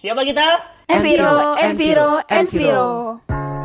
Siapa kita? Enviro.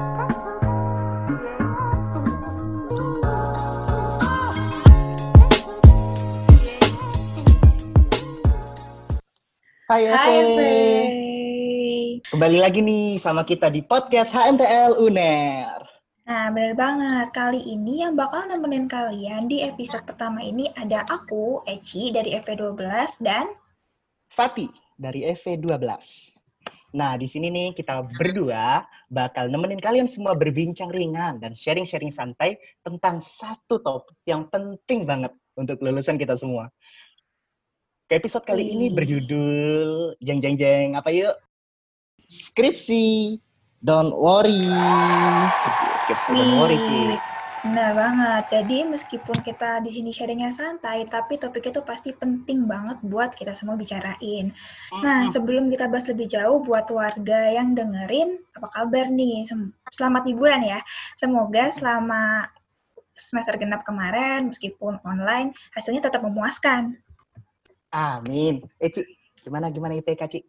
Hai Hai, Eve. Kembali lagi nih sama kita di podcast HMTL UNER. Nah, bener banget. Kali ini yang bakal nemenin kalian di episode pertama ini ada aku, Eci, dari FV12, dan Fatih dari EV12. Nah, di sini nih kita berdua bakal nemenin kalian semua berbincang ringan dan sharing-sharing santai tentang satu topik yang penting banget untuk kelulusan kita semua. Episode kali ini berjudul jeng apa yuk? Skripsi. Don't worry. Skripsi don't worry, Ci. Benar banget. Jadi meskipun kita di sini sharingnya santai, tapi topik itu pasti penting banget buat kita semua bicarain. Nah, sebelum kita bahas lebih jauh, buat warga yang dengerin, apa kabar nih? Selamat liburan ya. Semoga selama semester genap kemarin, meskipun online, hasilnya tetap memuaskan. Amin. Ci, gimana IPK, Ci?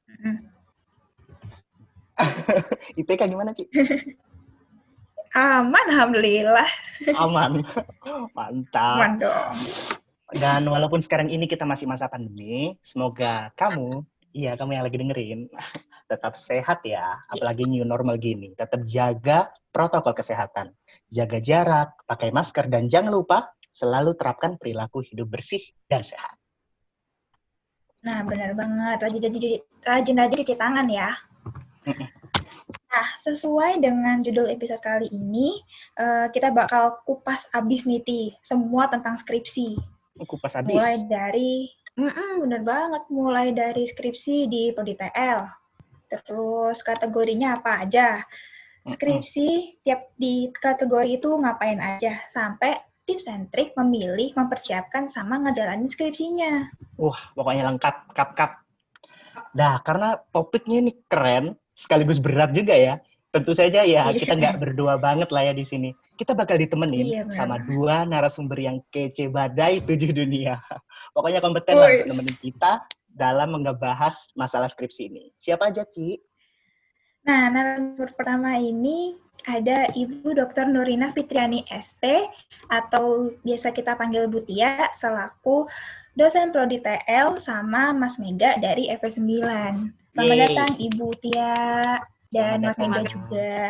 IPK gimana, Ci? Aman, alhamdulillah. Aman. Mantap. Aman dong. Dan walaupun sekarang ini kita masih masa pandemi, semoga kamu yang lagi dengerin, tetap sehat ya, apalagi new normal gini. Tetap jaga protokol kesehatan. Jaga jarak, pakai masker, dan jangan lupa selalu terapkan perilaku hidup bersih dan sehat. Nah, benar banget. Rajin-rajin cuci tangan ya. Nah, sesuai dengan judul episode kali ini, kita bakal kupas abis nih, Ti. Semua tentang skripsi. Kupas abis? Bener banget. Mulai dari skripsi di Prodi TL. Terus kategorinya apa aja. Skripsi, tiap di kategori itu ngapain aja. Sampai tips and trik memilih, mempersiapkan, sama ngejalanin skripsinya. Wah, pokoknya lengkap, kap. Nah, karena topiknya ini keren, sekaligus berat juga ya. Tentu saja ya, kita nggak berdua banget lah ya di sini. Kita bakal ditemenin sama dua narasumber yang kece badai 7 dunia. Pokoknya kompeten lah untuk nemenin kita dalam ngebahas masalah skripsi ini. Siapa aja, Ci? Nah, narasumber pertama ini ada Ibu Dr. Nurina Fitriani ST, atau biasa kita panggil Bu Tia, selaku dosen Prodi TL, sama Mas Mega dari FV9. Selamat datang Ibu Tia dan Mas Mega juga.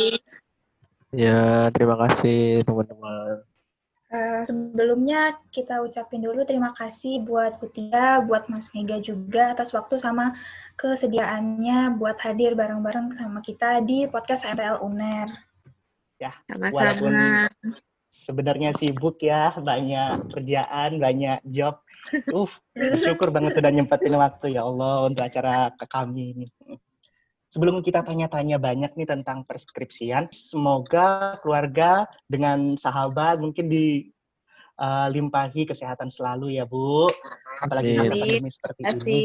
Ya, terima kasih teman-teman. Sebelumnya kita ucapin dulu terima kasih buat Bu Tia, buat Mas Mega juga atas waktu sama kesediaannya buat hadir bareng-bareng sama kita di podcast HMTL UNER. Ya, walaupun sebenarnya sibuk ya, banyak kerjaan, banyak job. Bersyukur banget sudah nyempetin waktu ya Allah untuk acara ke kami ini. Sebelum kita tanya-tanya banyak nih tentang perskripsian, semoga keluarga dengan sahabat mungkin dilimpahi kesehatan selalu ya Bu. Apalagi masa pandemi seperti ini.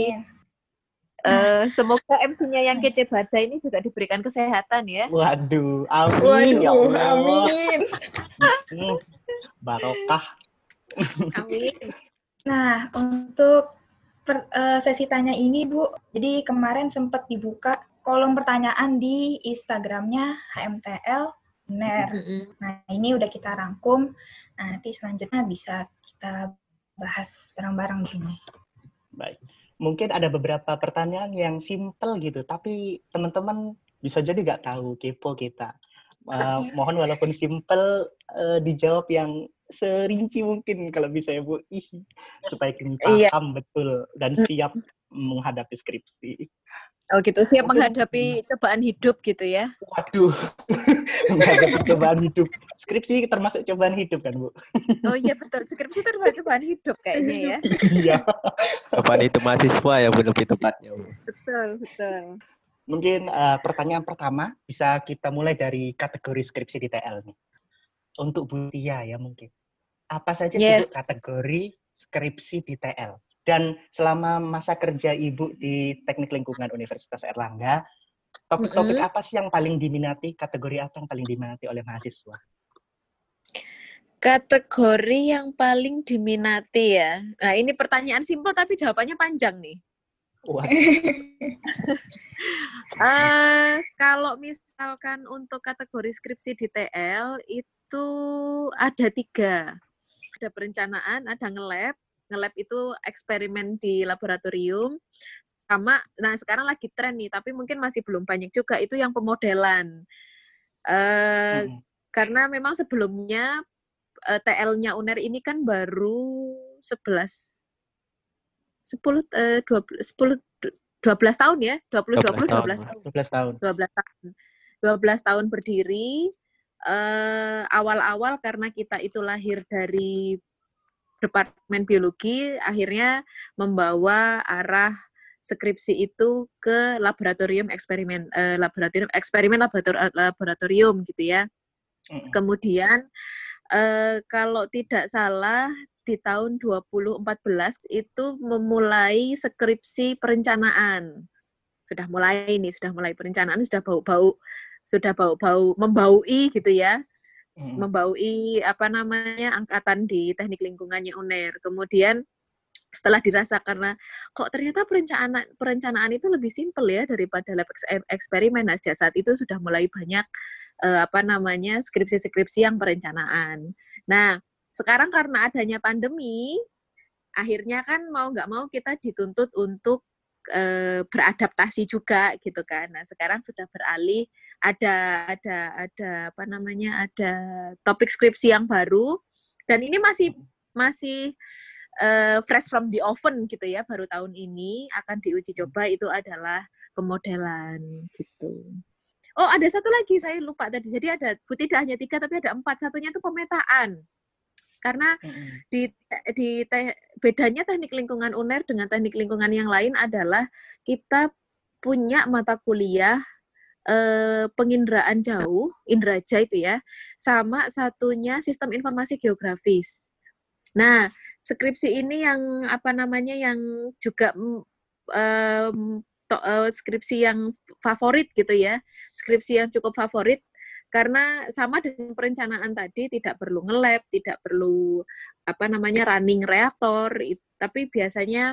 Semoga MC-nya yang kece badai ini juga diberikan kesehatan ya. Waduh, amin ya Allah. Amin. Barokah. Amin. Nah, untuk sesi tanya ini, Bu, jadi kemarin sempat dibuka kolom pertanyaan di Instagramnya HMTL UNER. Nah, ini udah kita rangkum. Nanti selanjutnya bisa kita bahas bareng-bareng di sini. Baik. Mungkin ada beberapa pertanyaan yang simple gitu, tapi teman-teman bisa jadi nggak tahu, kepo kita. Mohon walaupun simple, dijawab yang serinci mungkin kalau bisa ya Bu, supaya kita paham betul dan siap menghadapi skripsi. Oh gitu, siap menghadapi cobaan hidup gitu ya? Waduh, menghadapi cobaan hidup. Skripsi termasuk cobaan hidup kan Bu? Oh iya betul, skripsi termasuk cobaan hidup kayaknya ya? Iya. Cobaan itu mahasiswa ya, lebih tepatnya Bu. Betul. Mungkin pertanyaan pertama bisa kita mulai dari kategori skripsi di TL nih. Untuk Bu Tia ya mungkin. Apa saja sih Bu kategori skripsi di TL? Dan selama masa kerja Ibu di Teknik Lingkungan Universitas Erlangga, topik-topik apa sih yang paling diminati, kategori apa yang paling diminati oleh mahasiswa? Kategori yang paling diminati ya. Nah ini pertanyaan simpel tapi jawabannya panjang nih. Wah, Kalau misalkan untuk kategori skripsi di TL itu ada 3. Ada perencanaan, ada nge-lab. Nge-lab itu eksperimen di laboratorium. Sama, nah sekarang lagi tren nih, tapi mungkin masih belum banyak juga, itu yang pemodelan. Karena memang sebelumnya TL-nya UNER ini kan baru 12 tahun ya, 12 tahun. 12 tahun berdiri. Awal-awal karena kita itu lahir dari Departemen Biologi, akhirnya membawa arah skripsi itu ke laboratorium eksperimen gitu ya. Kemudian kalau tidak salah di tahun 2014 itu memulai skripsi perencanaan. Sudah mulai perencanaan, sudah bau-bau membaui gitu ya. Membaui angkatan di teknik lingkungannya UNER. Kemudian setelah dirasa karena kok ternyata perencanaan itu lebih simpel ya daripada lab eksperimen. Nah, saat itu sudah mulai banyak skripsi-skripsi yang perencanaan. Nah, sekarang karena adanya pandemi, akhirnya kan mau nggak mau kita dituntut untuk beradaptasi juga gitu kan. Nah, sekarang sudah beralih ada topik skripsi yang baru dan ini masih fresh from the oven gitu ya, baru tahun ini akan diuji coba, itu adalah pemodelan gitu. Oh, ada satu lagi saya lupa tadi. Jadi tidak hanya 3 tapi ada 4. Satunya itu pemetaan. Karena bedanya teknik lingkungan UNER dengan teknik lingkungan yang lain adalah kita punya mata kuliah penginderaan jauh, indraja itu ya, sama satunya sistem informasi geografis. Nah, skripsi ini yang yang juga skripsi yang favorit gitu ya, skripsi yang cukup favorit karena sama dengan perencanaan tadi, tidak perlu nge-lab, tidak perlu running reaktor, tapi biasanya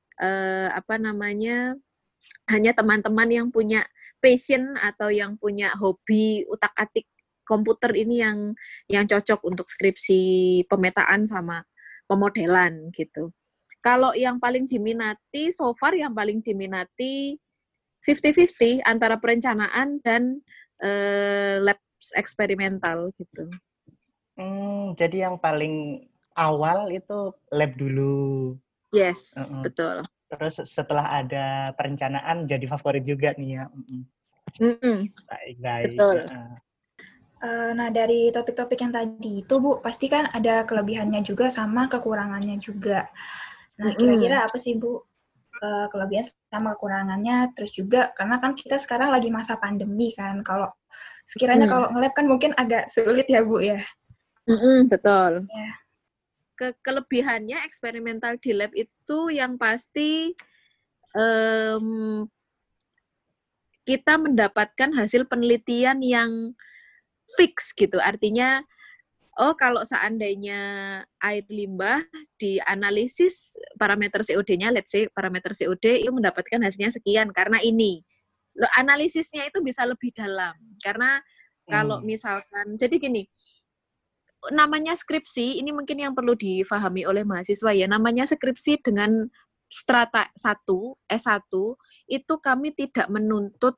hanya teman-teman yang punya passion atau yang punya hobi utak-atik komputer ini yang cocok untuk skripsi pemetaan sama pemodelan gitu. Kalau yang paling diminati, so far yang paling diminati 50-50 antara perencanaan dan lab eksperimental gitu. Jadi yang paling awal itu lab dulu. Yes, betul. Terus setelah ada perencanaan jadi favorit juga nih ya. Baik. Betul. Nah, dari topik-topik yang tadi itu, Bu, pasti kan ada kelebihannya juga sama kekurangannya juga. Nah, kira-kira apa sih, Bu, kelebihan sama kekurangannya? Terus juga, karena kan kita sekarang lagi masa pandemi kan, kalau sekiranya kalau nge-lab kan mungkin agak sulit ya, Bu, ya? Betul. Ya. Kelebihannya eksperimental di lab itu yang pasti kita mendapatkan hasil penelitian yang fix gitu. Artinya, kalau seandainya air limbah dianalisis parameter COD-nya, let's say parameter COD itu mendapatkan hasilnya sekian karena ini. Analisisnya itu bisa lebih dalam. Karena kalau misalkan, jadi gini, namanya skripsi, ini mungkin yang perlu difahami oleh mahasiswa ya, namanya skripsi dengan strata 1, S1, itu kami tidak menuntut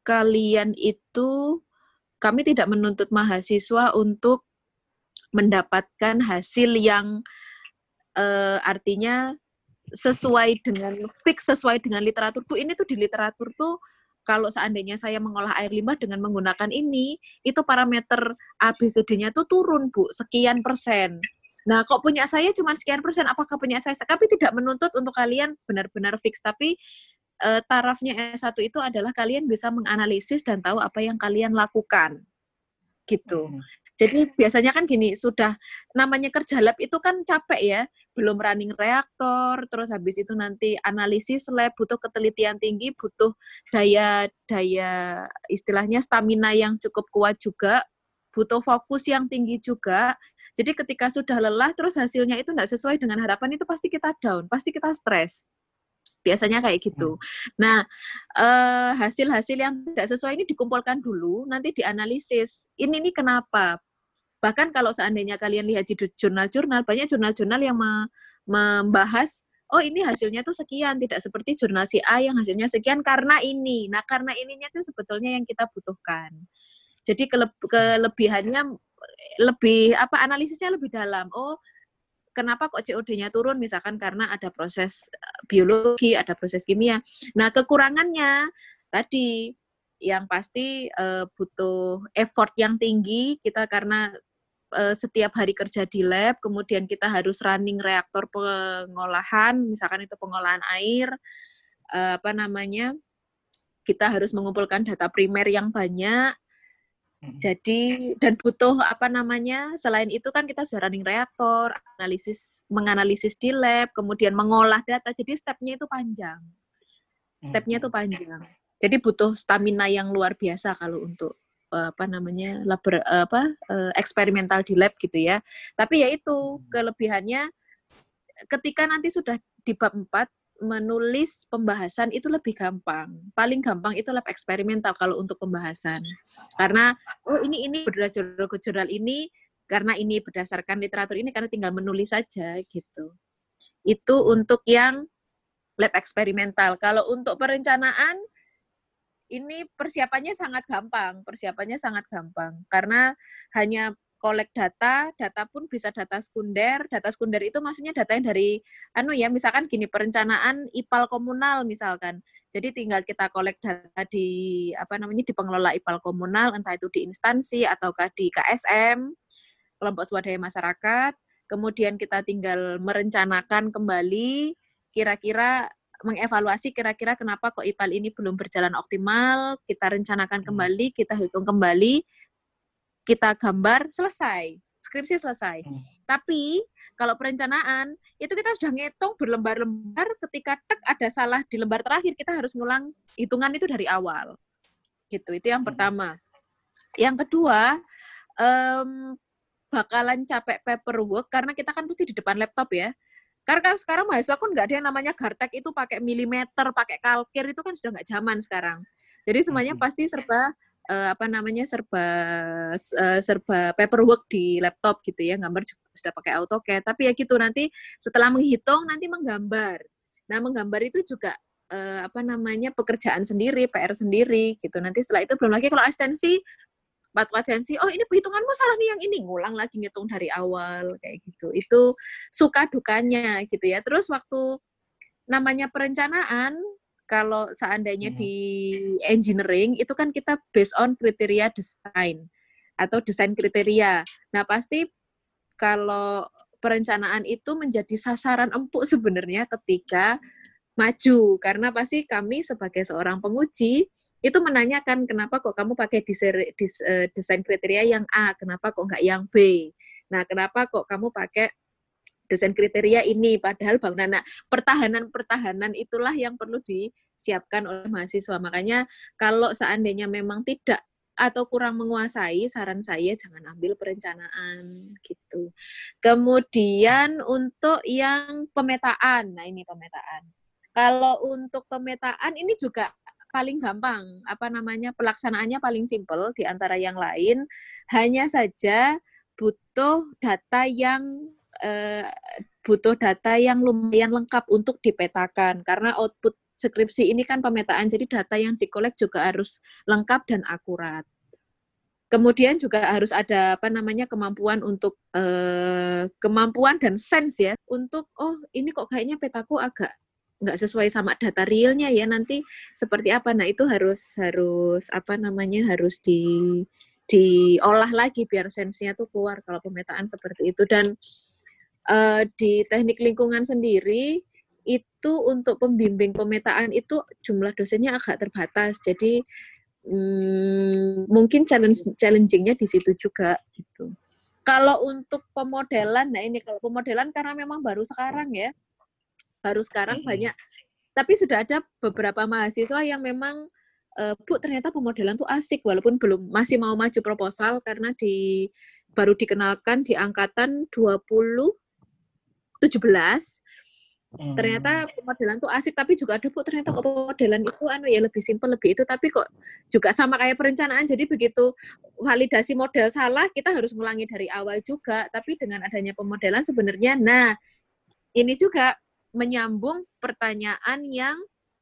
kami tidak menuntut mahasiswa untuk mendapatkan hasil yang artinya sesuai dengan literatur. Bu, ini tuh di literatur tuh kalau seandainya saya mengolah air limbah dengan menggunakan ini, itu parameter ABCD-nya tuh turun, Bu, sekian %. Nah, kok punya saya cuma sekian %, apakah punya saya? Tapi tidak menuntut untuk kalian benar-benar fix, tapi tarafnya S1 itu adalah kalian bisa menganalisis dan tahu apa yang kalian lakukan. Gitu. Jadi biasanya kan gini, sudah namanya kerja lab itu kan capek ya, belum running reaktor, terus habis itu nanti analisis lab, butuh ketelitian tinggi, butuh daya istilahnya stamina yang cukup kuat juga, butuh fokus yang tinggi juga. Jadi ketika sudah lelah, terus hasilnya itu tidak sesuai dengan harapan, itu pasti kita down, pasti kita stres. Biasanya kayak gitu. Nah, hasil-hasil yang tidak sesuai ini dikumpulkan dulu, nanti dianalisis. Ini kenapa? Bahkan kalau seandainya kalian lihat di jurnal-jurnal, banyak jurnal-jurnal yang membahas, oh ini hasilnya tuh sekian, tidak seperti jurnal si A yang hasilnya sekian karena ini. Nah, karena ininya tuh sebetulnya yang kita butuhkan. Jadi kelebihannya lebih analisisnya lebih dalam. Oh, kenapa kok COD-nya turun? Misalkan karena ada proses biologi, ada proses kimia. Nah, kekurangannya tadi yang pasti butuh effort yang tinggi kita karena setiap hari kerja di lab, kemudian kita harus running reaktor pengolahan, misalkan itu pengolahan air, kita harus mengumpulkan data primer yang banyak. Jadi dan butuh selain itu kan kita sudah running reaktor, menganalisis di lab, kemudian mengolah data. Jadi stepnya itu panjang. Jadi butuh stamina yang luar biasa kalau untuk eksperimental di lab gitu ya. Tapi ya itu kelebihannya ketika nanti sudah di bab 4 menulis pembahasan itu lebih gampang. Paling gampang itu lab eksperimental kalau untuk pembahasan. Karena ini berdasarkan jurnal ini, karena ini berdasarkan literatur ini, karena tinggal menulis saja gitu. Itu untuk yang lab eksperimental. Kalau untuk perencanaan ini persiapannya sangat gampang karena hanya collect data pun bisa data sekunder itu maksudnya data yang dari misalkan gini, perencanaan IPAL komunal misalkan. Jadi tinggal kita collect data di pengelola IPAL komunal, entah itu di instansi ataukah di KSM, kelompok swadaya masyarakat. Kemudian kita tinggal merencanakan kembali mengevaluasi kira-kira kenapa kok IPAL ini belum berjalan optimal, kita rencanakan kembali, kita hitung kembali, kita gambar, selesai. Skripsi selesai. Tapi kalau perencanaan, itu kita sudah ngitung berlembar-lembar, ketika ada salah di lembar terakhir, kita harus ngulang hitungan itu dari awal. Gitu, itu yang pertama. Yang kedua, bakalan capek paperwork, karena kita kan mesti di depan laptop ya. Karena sekarang mahasiswa kan nggak ada yang namanya Gartek itu pakai milimeter, pakai kalkir, itu kan sudah nggak zaman sekarang. Jadi semuanya pasti serba paperwork di laptop gitu ya, gambar juga sudah pakai AutoCAD. Tapi ya gitu, nanti setelah menghitung nanti menggambar. Nah, menggambar itu juga pekerjaan sendiri, PR sendiri gitu. Nanti setelah itu belum lagi kalau asistensi, ini perhitunganmu salah nih yang ini, ngulang lagi ngitung dari awal kayak gitu. Itu suka dukanya gitu ya. Terus waktu namanya perencanaan, kalau seandainya di engineering itu kan kita based on kriteria desain atau desain kriteria. Nah, pasti kalau perencanaan itu menjadi sasaran empuk sebenarnya ketika maju, karena pasti kami sebagai seorang penguji itu menanyakan kenapa kok kamu pakai desain kriteria yang A, kenapa kok nggak yang B. Nah, kenapa kok kamu pakai desain kriteria ini, padahal bangunan. Nah, pertahanan itulah yang perlu disiapkan oleh mahasiswa. Makanya kalau seandainya memang tidak atau kurang menguasai, saran saya jangan ambil perencanaan gitu. Kemudian untuk yang pemetaan, nah ini pemetaan. Kalau untuk pemetaan ini juga paling gampang, pelaksanaannya paling simpel di antara yang lain, hanya saja butuh data yang lumayan lengkap untuk dipetakan, karena output skripsi ini kan pemetaan, jadi data yang dikolek juga harus lengkap dan akurat. Kemudian juga harus ada kemampuan untuk kemampuan dan sense ya, untuk ini kok kayaknya petaku agak nggak sesuai sama data realnya ya, nanti seperti apa. Nah, itu harus diolah lagi biar sense-nya tuh keluar kalau pemetaan seperti itu. Dan di teknik lingkungan sendiri itu untuk pembimbing pemetaan itu jumlah dosennya agak terbatas, jadi mungkin challenging-nya di situ juga gitu. Kalau untuk pemodelan, nah ini kalau pemodelan karena memang baru sekarang banyak, tapi sudah ada beberapa mahasiswa yang memang Bu ternyata pemodelan tuh asik, walaupun masih mau maju proposal karena baru dikenalkan di angkatan 2017. Ternyata pemodelan tuh asik, tapi juga ada ternyata kok pemodelan itu lebih simpel, lebih itu, tapi kok juga sama kayak perencanaan. Jadi begitu validasi model salah, kita harus ngulangi dari awal juga. Tapi dengan adanya pemodelan sebenarnya, nah ini juga menyambung pertanyaan yang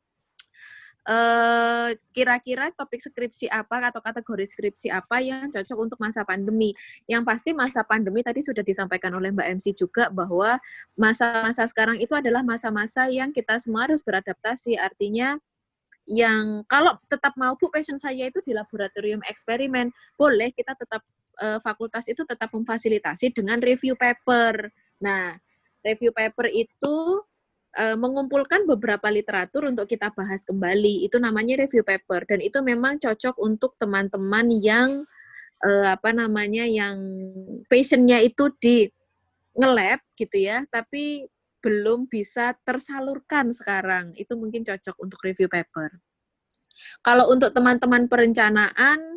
kira-kira topik skripsi apa atau kategori skripsi apa yang cocok untuk masa pandemi. Yang pasti masa pandemi tadi sudah disampaikan oleh Mbak MC juga bahwa masa-masa sekarang itu adalah masa-masa yang kita semua harus beradaptasi. Artinya yang kalau tetap mau Bu, passion saya itu di laboratorium eksperimen, boleh kita tetap fakultas itu tetap memfasilitasi dengan review paper. Nah, review paper itu mengumpulkan beberapa literatur untuk kita bahas kembali. Itu namanya review paper dan itu memang cocok untuk teman-teman yang yang passionnya itu di nge-lab gitu ya, tapi belum bisa tersalurkan sekarang. Itu mungkin cocok untuk review paper. Kalau untuk teman-teman perencanaan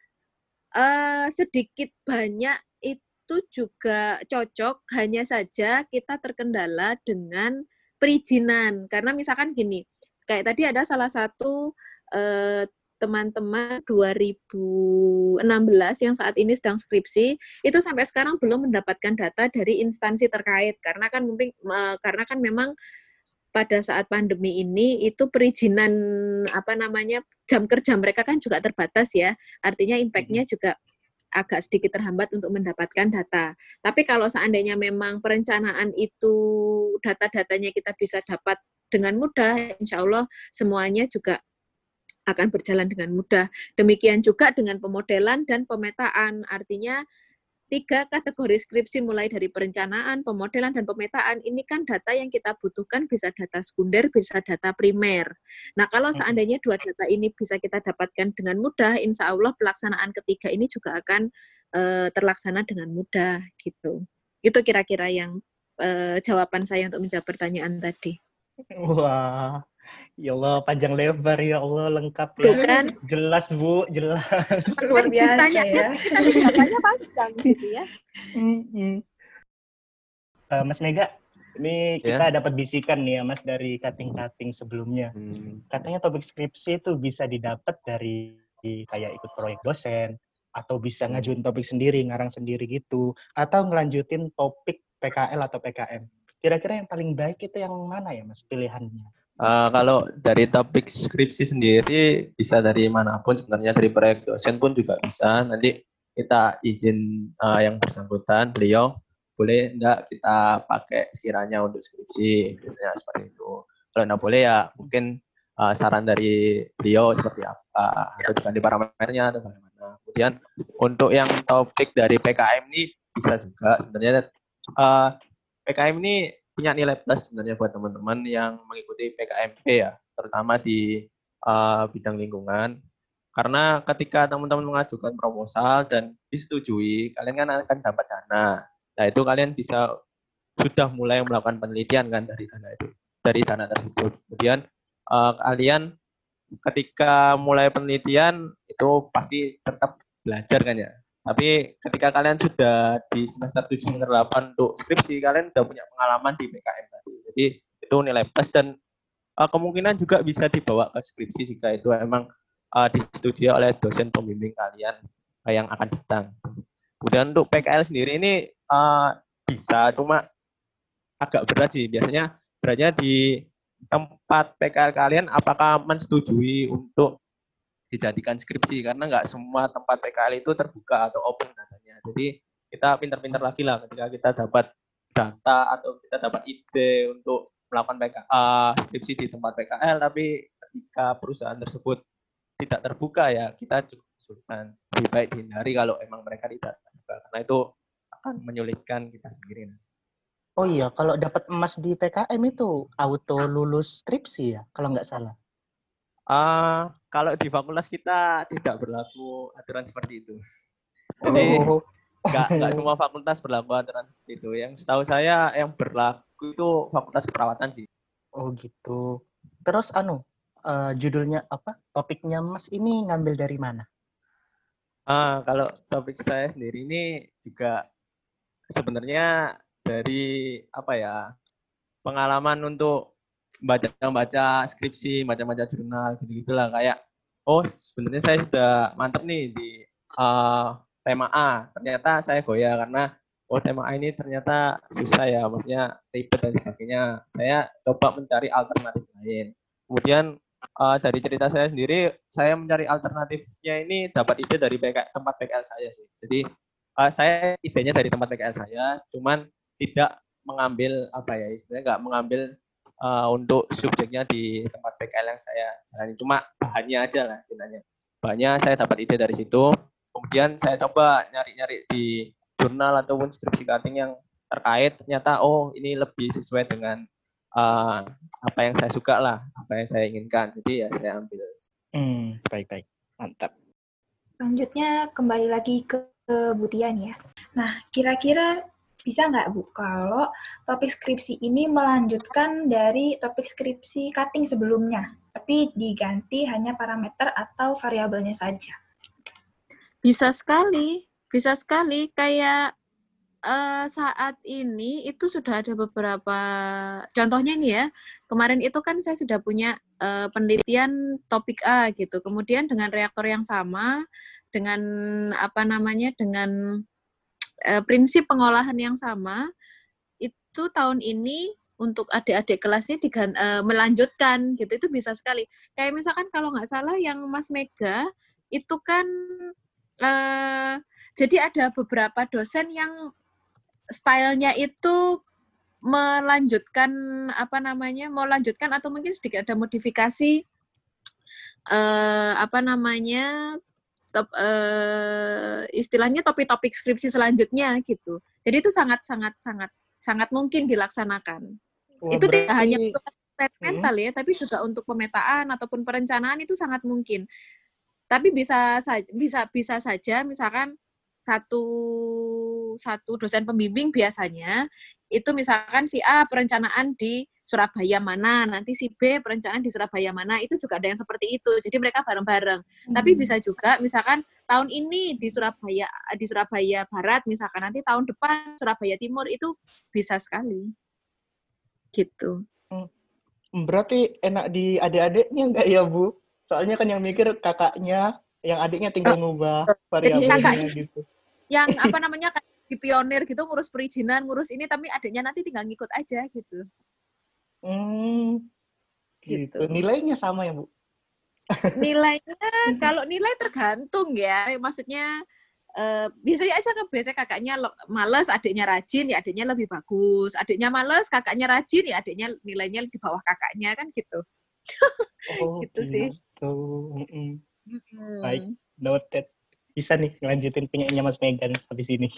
sedikit banyak itu juga cocok, hanya saja kita terkendala dengan perizinan. Karena misalkan gini, kayak tadi ada salah satu teman-teman 2016 yang saat ini sedang skripsi, itu sampai sekarang belum mendapatkan data dari instansi terkait. Karena kan memang pada saat pandemi ini itu perizinan jam kerja mereka kan juga terbatas ya. Artinya impact-nya juga agak sedikit terhambat untuk mendapatkan data. Tapi kalau seandainya memang perencanaan itu data-datanya kita bisa dapat dengan mudah, insya Allah semuanya juga akan berjalan dengan mudah. Demikian juga dengan pemodelan dan pemetaan. Artinya 3 kategori skripsi mulai dari perencanaan, pemodelan, dan pemetaan, ini kan data yang kita butuhkan bisa data sekunder, bisa data primer. Nah, kalau seandainya 2 data ini bisa kita dapatkan dengan mudah, insya Allah pelaksanaan ketiga ini juga akan terlaksana dengan mudah, gitu. Itu kira-kira yang jawaban saya untuk menjawab pertanyaan tadi. Wah, ya Allah, panjang lebar, ya Allah, lengkap ya. Tuh kan? Jelas, Bu, jelas. Luar biasa ya. Tapi jawabannya panjang gitu ya. Mas Mega, ini kita dapat bisikan nih ya, Mas, dari cutting-cutting sebelumnya. Katanya topik skripsi itu bisa didapat dari kayak ikut proyek dosen, atau bisa ngajuin topik sendiri, ngarang sendiri gitu, atau ngelanjutin topik PKL atau PKM. Kira-kira yang paling baik itu yang mana ya, Mas, pilihannya? Kalau dari topik skripsi sendiri bisa dari manapun, sebenarnya dari proyek dosen pun juga bisa. Nanti kita izin yang bersangkutan, beliau boleh enggak kita pakai sekiranya untuk skripsi, biasanya seperti itu. Kalau enggak boleh ya mungkin saran dari beliau seperti apa, atau diganti parameternya atau bagaimana. Kemudian untuk yang topik dari PKM ini bisa juga sebenarnya PKM ini punya nilai plus sebenarnya buat teman-teman yang mengikuti PKMP ya, terutama di bidang lingkungan. Karena ketika teman-teman mengajukan proposal dan disetujui, kalian kan akan dapat dana. Nah, itu kalian bisa sudah mulai melakukan penelitian kan dari dana tersebut. Kemudian kalian ketika mulai penelitian itu pasti tetap belajar kan ya. Tapi ketika kalian sudah di semester 7 semester 8 untuk skripsi, kalian sudah punya pengalaman di PKM tadi. Jadi itu nilai plus dan kemungkinan juga bisa dibawa ke skripsi jika itu memang disetujui oleh dosen pembimbing kalian yang akan datang. Kemudian untuk PKL sendiri ini bisa, cuma agak berat sih. Biasanya beratnya di tempat PKL kalian apakah mensetujui untuk dijadikan skripsi, karena nggak semua tempat PKL itu terbuka atau open katanya. Jadi kita pintar-pintar lagi lah ketika kita dapat data atau kita dapat ide untuk melakukan skripsi di tempat PKL, tapi ketika perusahaan tersebut tidak terbuka ya kita cukup kesulitan. Lebih baik dihindari kalau emang mereka tidak terbuka, karena itu akan menyulitkan kita sendiri. Oh iya, kalau dapat emas di PKM itu auto lulus skripsi ya, kalau nggak salah. Kalau di fakultas kita tidak berlaku aturan seperti itu. Jadi nggak semua fakultas berlaku aturan seperti itu. Yang setahu saya yang berlaku itu fakultas keperawatan sih. Oh gitu. Terus judulnya apa? Topiknya Mas ini ngambil dari mana? Kalau topik saya sendiri ini juga sebenarnya dari apa ya? pengalaman untuk baca skripsi, baca jurnal, gitu-gitulah. Kayak, oh sebenarnya saya sudah mantep nih di tema A. Ternyata saya goyah karena, oh tema A ini ternyata susah ya, maksudnya ribet dan sebagainya. Saya coba mencari alternatif lain. Kemudian dari cerita saya sendiri, saya mencari alternatifnya ini dapat ide dari tempat PKL saya sih. Jadi saya idenya dari tempat PKL saya, cuman tidak mengambil istilahnya nggak mengambil untuk subjeknya di tempat PKL yang saya jalani. Cuma bahannya aja lah istilahnya. Bahannya saya dapat ide dari situ. Kemudian saya coba nyari-nyari di jurnal ataupun skripsi cutting yang terkait. Ternyata ini lebih sesuai dengan apa yang saya suka lah, apa yang saya inginkan. Jadi ya saya ambil. Baik. Mantap. Selanjutnya kembali lagi ke Bu Tia nih ya. Nah, kira-kira bisa nggak Bu, kalau topik skripsi ini melanjutkan dari topik skripsi cutting sebelumnya, tapi diganti hanya parameter atau variabelnya saja? Bisa sekali. Kayak saat ini itu sudah ada beberapa, contohnya nih ya, kemarin itu kan saya sudah punya penelitian topik A gitu, kemudian dengan reaktor yang sama, dengan dengan prinsip pengolahan yang sama, itu tahun ini untuk adik-adik kelasnya melanjutkan gitu, itu bisa sekali. Kayak misalkan kalau nggak salah yang Mas Mega, itu kan jadi ada beberapa dosen yang stylenya itu melanjutkan atau mungkin sedikit ada modifikasi istilahnya topik-topik skripsi selanjutnya gitu. Jadi itu sangat mungkin dilaksanakan. Wah, itu berarti... tidak hanya untuk mental ya, tapi juga untuk pemetaan ataupun perencanaan itu sangat mungkin. Tapi bisa saja misalkan satu dosen pembimbing biasanya itu misalkan si A perencanaan di Surabaya mana, nanti si B perencanaan di Surabaya mana, itu juga ada yang seperti itu. Jadi mereka bareng-bareng. Tapi bisa juga misalkan tahun ini di Surabaya Barat, misalkan nanti tahun depan Surabaya Timur, itu bisa sekali. Gitu. Berarti enak di adik-adiknya enggak ya, Bu? Soalnya kan yang mikir kakaknya, yang adiknya tinggal ngubah variabelnya gitu. Yang kayak di pionir gitu, ngurus perizinan, ngurus ini, tapi adiknya nanti tinggal ngikut aja gitu. Gitu. Nilainya sama ya, Bu? Nilainya, kalau nilai tergantung ya. Maksudnya, biasanya kakaknya males, adiknya rajin, ya adiknya lebih bagus. Adiknya males, kakaknya rajin, ya adiknya nilainya di bawah kakaknya, kan gitu. Gitu sih. Baik, noted. Bisa nih ngelanjutin penyanyinya Mas Megan habis ini.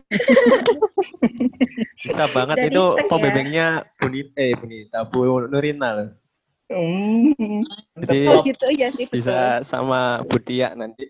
Bisa banget. Itu pembimbingnya Bunita, Bu Nurina loh. Jadi gitu ya sih, bisa betul. Sama Bu Tia nanti.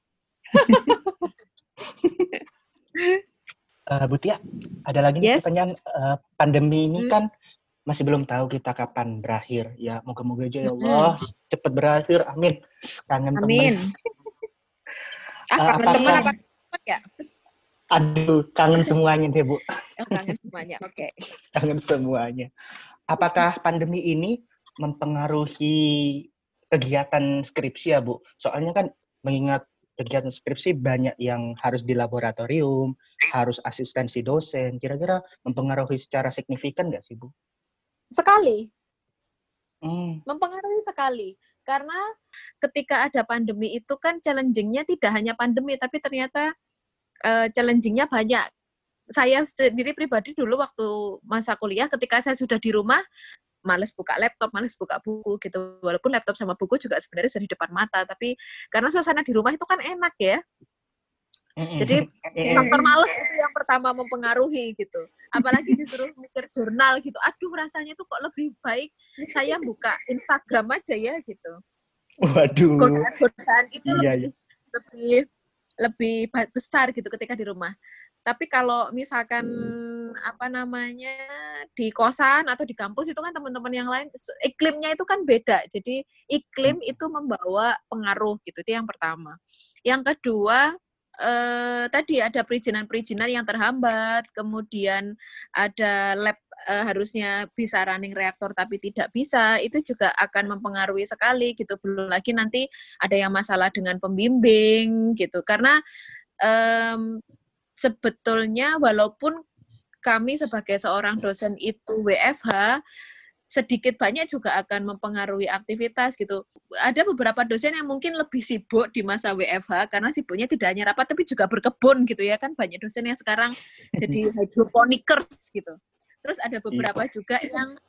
Bu Tia, ada lagi pertanyaan. Pandemi ini kan masih belum tahu kita kapan berakhir. Ya, moga-moga aja ya Allah cepat berakhir. Amin. Kangen teman. Kangen teman apa ya? Aduh, kangen semuanya deh, Bu. Kangen semuanya, oke. Kangen semuanya. Apakah pandemi ini mempengaruhi kegiatan skripsi ya, Bu? Soalnya kan mengingat kegiatan skripsi banyak yang harus di laboratorium, harus asistensi dosen. Kira-kira mempengaruhi secara signifikan nggak sih, Bu? Sekali. Mempengaruhi sekali. Karena ketika ada pandemi itu kan challenging-nya tidak hanya pandemi, tapi ternyata challenging-nya banyak. Saya sendiri pribadi dulu waktu masa kuliah, ketika saya sudah di rumah, males buka laptop, males buka buku gitu. Walaupun laptop sama buku juga sebenarnya sudah di depan mata, tapi karena suasana di rumah itu kan enak ya. Jadi faktor males itu yang pertama mempengaruhi gitu. Apalagi disuruh mikir jurnal gitu. Aduh, rasanya tuh kok lebih baik saya buka Instagram aja ya gitu. Waduh. Godaan itu lebih besar gitu ketika di rumah. Tapi kalau misalkan di kosan atau di kampus itu kan teman-teman yang lain, iklimnya itu kan beda. Jadi iklim itu membawa pengaruh gitu. Itu yang pertama. Yang kedua, tadi ada perizinan yang terhambat, kemudian ada harusnya bisa running reaktor tapi tidak bisa, itu juga akan mempengaruhi sekali gitu. Belum lagi nanti ada yang masalah dengan pembimbing gitu. Karena sebetulnya walaupun kami sebagai seorang dosen itu WFH, sedikit banyak juga akan mempengaruhi aktivitas gitu. Ada beberapa dosen yang mungkin lebih sibuk di masa WFH karena sibuknya tidak hanya rapat tapi juga berkebun gitu ya kan, banyak dosen yang sekarang jadi hydroponikers gitu. Terus ada beberapa juga yang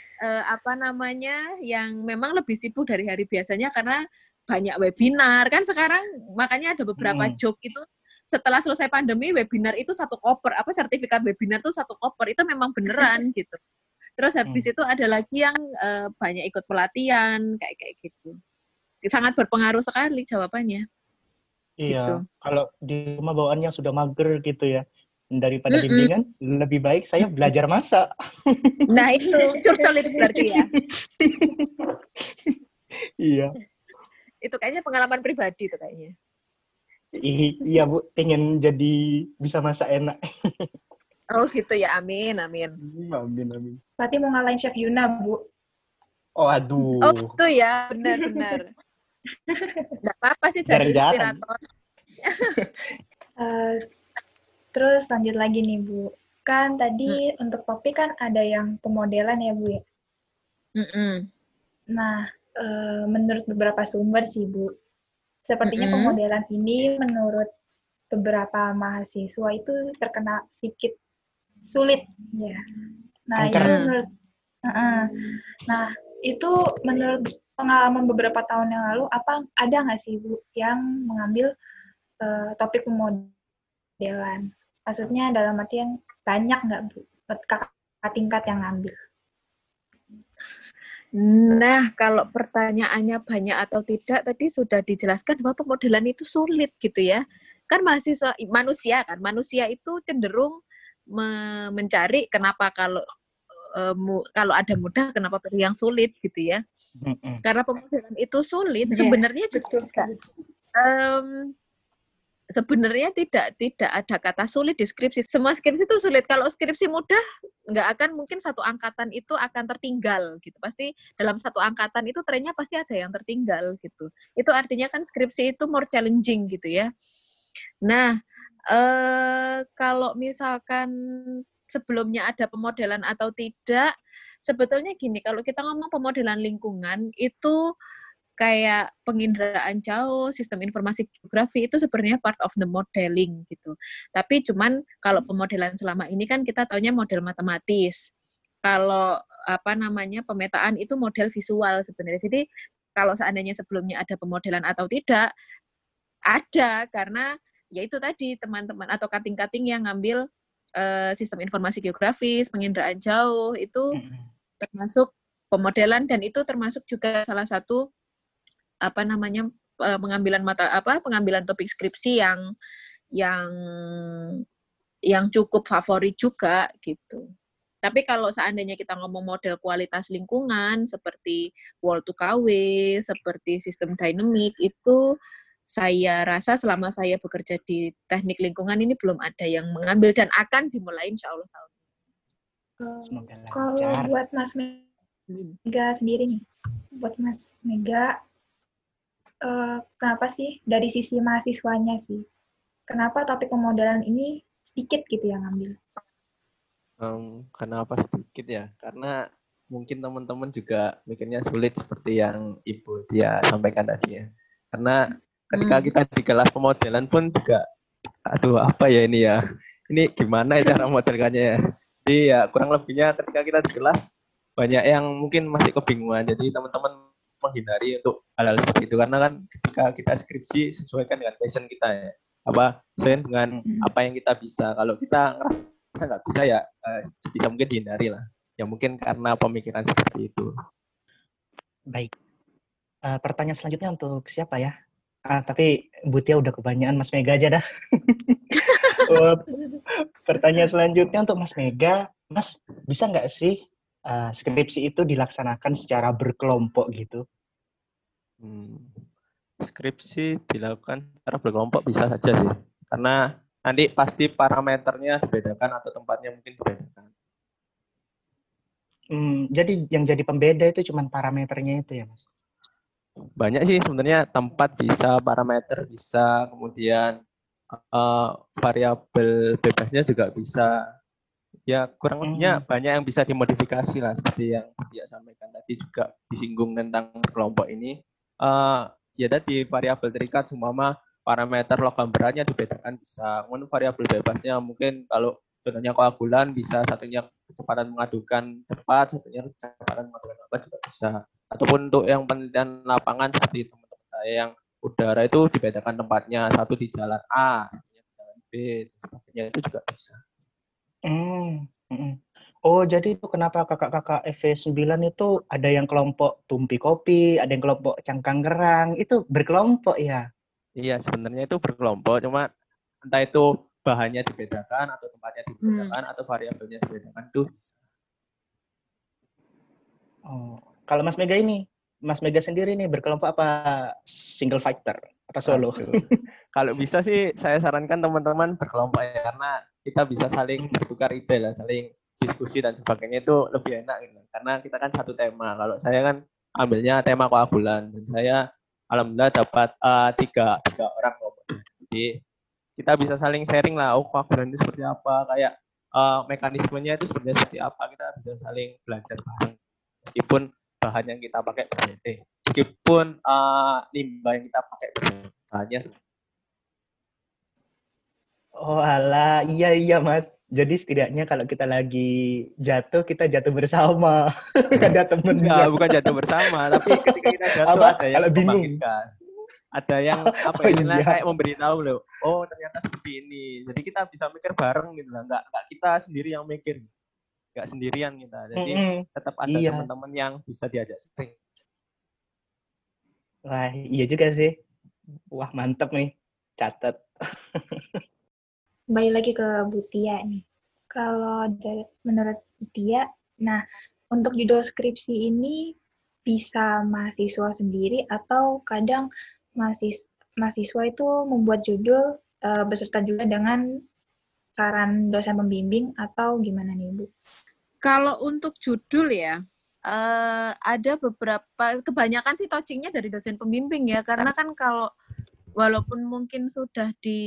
yang memang lebih sibuk dari hari biasanya karena banyak webinar kan sekarang, makanya ada beberapa joke itu setelah selesai pandemi webinar itu 1 koper, sertifikat webinar itu 1 koper, itu memang beneran gitu. Terus habis itu ada lagi yang banyak ikut pelatihan kayak gitu. Sangat berpengaruh sekali jawabannya. Iya, gitu. Kalau di rumah bawaannya sudah mager gitu ya, daripada bimbingan, lebih baik saya belajar masak. Nah itu, curcol itu berarti ya? Iya. Itu kayaknya pengalaman pribadi tuh kayaknya. Iya Bu, pengen jadi bisa masak enak. Oh gitu ya, amin. Amin. Berarti mau ngalahin Chef Yuna, Bu. Oh aduh. Oh gitu ya, benar. Nggak apa-apa sih jadi inspirator. Terus lanjut lagi nih, Bu. Kan tadi untuk topik kan ada yang pemodelan ya, Bu ya? Nah, menurut beberapa sumber sih, Bu, sepertinya pemodelan ini menurut beberapa mahasiswa itu terkena sedikit sulit, ya. Nah, itu menurut pengalaman beberapa tahun yang lalu, ada nggak sih, Bu, yang mengambil topik pemodelan? Maksudnya dalam artian banyak nggak, Bu, kakak tingkat yang ngambil? Nah, kalau pertanyaannya banyak atau tidak, tadi sudah dijelaskan bahwa pemodelan itu sulit gitu ya. Kan manusia itu cenderung mencari kenapa kalau ada mudah, kenapa pilih yang sulit gitu ya. Karena pemodelan itu sulit, sebenarnya juga sebenarnya tidak ada kata sulit di skripsi. Semua skripsi itu sulit. Kalau skripsi mudah, nggak akan mungkin satu angkatan itu akan tertinggal gitu. Pasti dalam satu angkatan itu trennya pasti ada yang tertinggal gitu. Itu artinya kan skripsi itu more challenging gitu ya. Nah, kalau misalkan sebelumnya ada pemodelan atau tidak, sebetulnya gini, kalau kita ngomong pemodelan lingkungan itu kayak penginderaan jauh, sistem informasi geografi itu sebenarnya part of the modeling gitu. Tapi cuman kalau pemodelan selama ini kan kita taunya model matematis. Kalau pemetaan itu model visual sebenarnya. Jadi kalau seandainya sebelumnya ada pemodelan atau tidak, ada karena yaitu tadi teman-teman atau kating-kating yang ngambil sistem informasi geografis, penginderaan jauh itu termasuk pemodelan dan itu termasuk juga salah satu pengambilan topik skripsi yang cukup favorit juga gitu. Tapi kalau seandainya kita ngomong model kualitas lingkungan seperti wall to KW, seperti sistem dinamik itu saya rasa selama saya bekerja di teknik lingkungan ini belum ada yang mengambil dan akan dimulai insya Allah tahun ini. Kalau buat Mas Mega sendiri nih, buat Mas Mega, kenapa sih dari sisi mahasiswanya sih? Kenapa topik pemodelan ini sedikit gitu yang ngambil? Kenapa sedikit ya? Karena mungkin teman-teman juga mikirnya sulit seperti yang Ibu Tia sampaikan tadi ya. Karena ketika kita di kelas pemodelan pun juga, aduh apa ya ini ya? Ini gimana cara modelkannya ya? Jadi ya kurang lebihnya ketika kita di kelas banyak yang mungkin masih kebingungan. Jadi teman-teman menghindari untuk hal-hal seperti itu karena kan ketika kita skripsi sesuaikan dengan passion kita ya, sesuai dengan apa yang kita bisa. Kalau kita ngerasa nggak bisa ya sebisa mungkin dihindari lah ya, mungkin karena pemikiran seperti itu. Baik, pertanyaan selanjutnya untuk siapa ya? Tapi Bu Tia udah kebanyakan, Mas Mega aja dah. Pertanyaan selanjutnya untuk Mas Mega, Mas bisa nggak sih skripsi itu dilaksanakan secara berkelompok gitu? Skripsi dilakukan secara berkelompok bisa saja sih, karena nanti pasti parameternya dibedakan atau tempatnya mungkin dibedakan. Jadi yang jadi pembeda itu cuma parameternya itu ya, Mas? Banyak sih sebenarnya, tempat bisa, parameter bisa, kemudian variabel bebasnya juga bisa. Ya kurang lebihnya banyak yang bisa dimodifikasi lah, seperti yang dia sampaikan tadi juga disinggung tentang kelompok ini. Ya tadi variabel terikat seumpama parameter logam beratnya dibedakan bisa. Kemudian variabel bebasnya mungkin kalau contohnya koagulan bisa satunya kecepatan mengadukan cepat, satunya kecepatan mengadukan lambat juga bisa. Ataupun untuk yang penelitian lapangan seperti teman-teman saya yang udara itu dibedakan tempatnya, satu di jalan A, satunya di jalan B, dan sebagainya, itu juga bisa. Oh, jadi itu kenapa kakak-kakak FV9 itu ada yang kelompok tumpi kopi, ada yang kelompok cangkang gerang, itu berkelompok ya? Iya, sebenarnya itu berkelompok, cuma entah itu bahannya dibedakan atau tempatnya dibedakan atau variabelnya dibedakan itu bisa. Oh, kalau Mas Mega sendiri nih berkelompok apa single fighter, apa solo? Kalau bisa sih saya sarankan teman-teman berkelompok ya, karena kita bisa saling bertukar ide lah, saling diskusi dan sebagainya, itu lebih enak gitu. Karena kita kan satu tema. Kalau saya kan ambilnya tema koagulan dan saya alhamdulillah dapat tiga orang kelompok. Jadi kita bisa saling sharing lah, oh koagulan ini seperti apa, kayak mekanismenya itu seperti apa, kita bisa saling belajar bareng. Meskipun bahan yang kita pakai berbeda, meskipun limbah yang kita pakai berbeda, bahannya. Oh alah, iya Mas. Jadi setidaknya kalau kita lagi jatuh, kita jatuh bersama. Ada temennya. Enggak, bukan jatuh bersama, tapi ketika kita jatuh ada yang membangkitkan. Ada yang kayak memberitahu loh, oh ternyata seperti ini. Jadi kita bisa mikir bareng gitu lah, enggak kita sendiri yang mikir. Enggak sendirian kita. Jadi tetap ada teman-teman yang bisa diajak sharing. Wah, iya juga sih. Wah, mantep nih. Catat. Kembali lagi ke Bu Tia nih. Kalau menurut Bu Tia, nah untuk judul skripsi ini bisa mahasiswa sendiri atau kadang mahasiswa itu membuat judul beserta juga dengan saran dosen pembimbing atau gimana nih Bu? Kalau untuk judul ya, ada beberapa, kebanyakan sih touchingnya dari dosen pembimbing ya, karena kan kalau walaupun mungkin sudah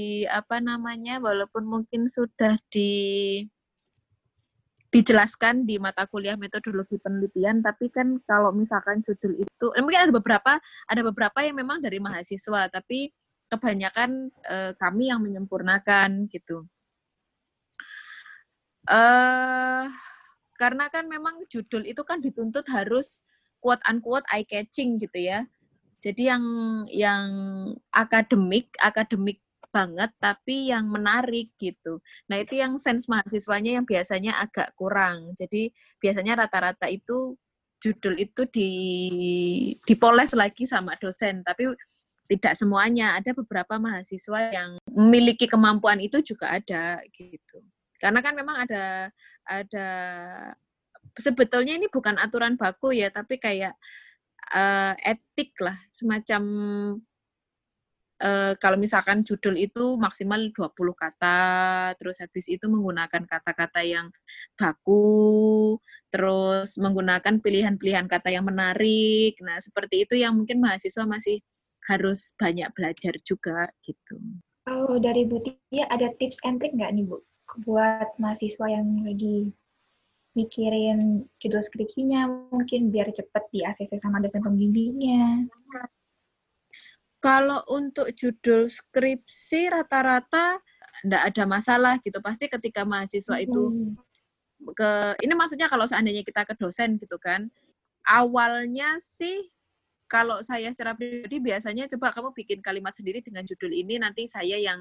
dijelaskan di mata kuliah metodologi penelitian, tapi kan kalau misalkan judul itu, mungkin ada beberapa yang memang dari mahasiswa, tapi kebanyakan kami yang menyempurnakan gitu. Karena kan memang judul itu kan dituntut harus quote unquote eye catching gitu ya. Jadi yang akademik banget tapi yang menarik gitu. Nah, itu yang sense mahasiswanya yang biasanya agak kurang. Jadi biasanya rata-rata itu judul itu dipoles lagi sama dosen, tapi tidak semuanya. Ada beberapa mahasiswa yang memiliki kemampuan itu juga ada gitu. Karena kan memang ada sebetulnya ini bukan aturan baku ya, tapi kayak etik lah, semacam kalau misalkan judul itu maksimal 20 kata, terus habis itu menggunakan kata-kata yang baku, terus menggunakan pilihan-pilihan kata yang menarik. Nah, seperti itu yang mungkin mahasiswa masih harus banyak belajar juga gitu. Kalau dari Bu Tia ada tips and trick nggak nih Bu buat mahasiswa yang lagi mikirin judul skripsinya mungkin biar cepat di ACC sama dosen pembimbingnya? Kalau untuk judul skripsi rata-rata enggak ada masalah gitu. Pasti ketika mahasiswa itu ini maksudnya kalau seandainya kita ke dosen gitu kan. Awalnya sih kalau saya secara pribadi biasanya coba kamu bikin kalimat sendiri dengan judul ini, nanti saya yang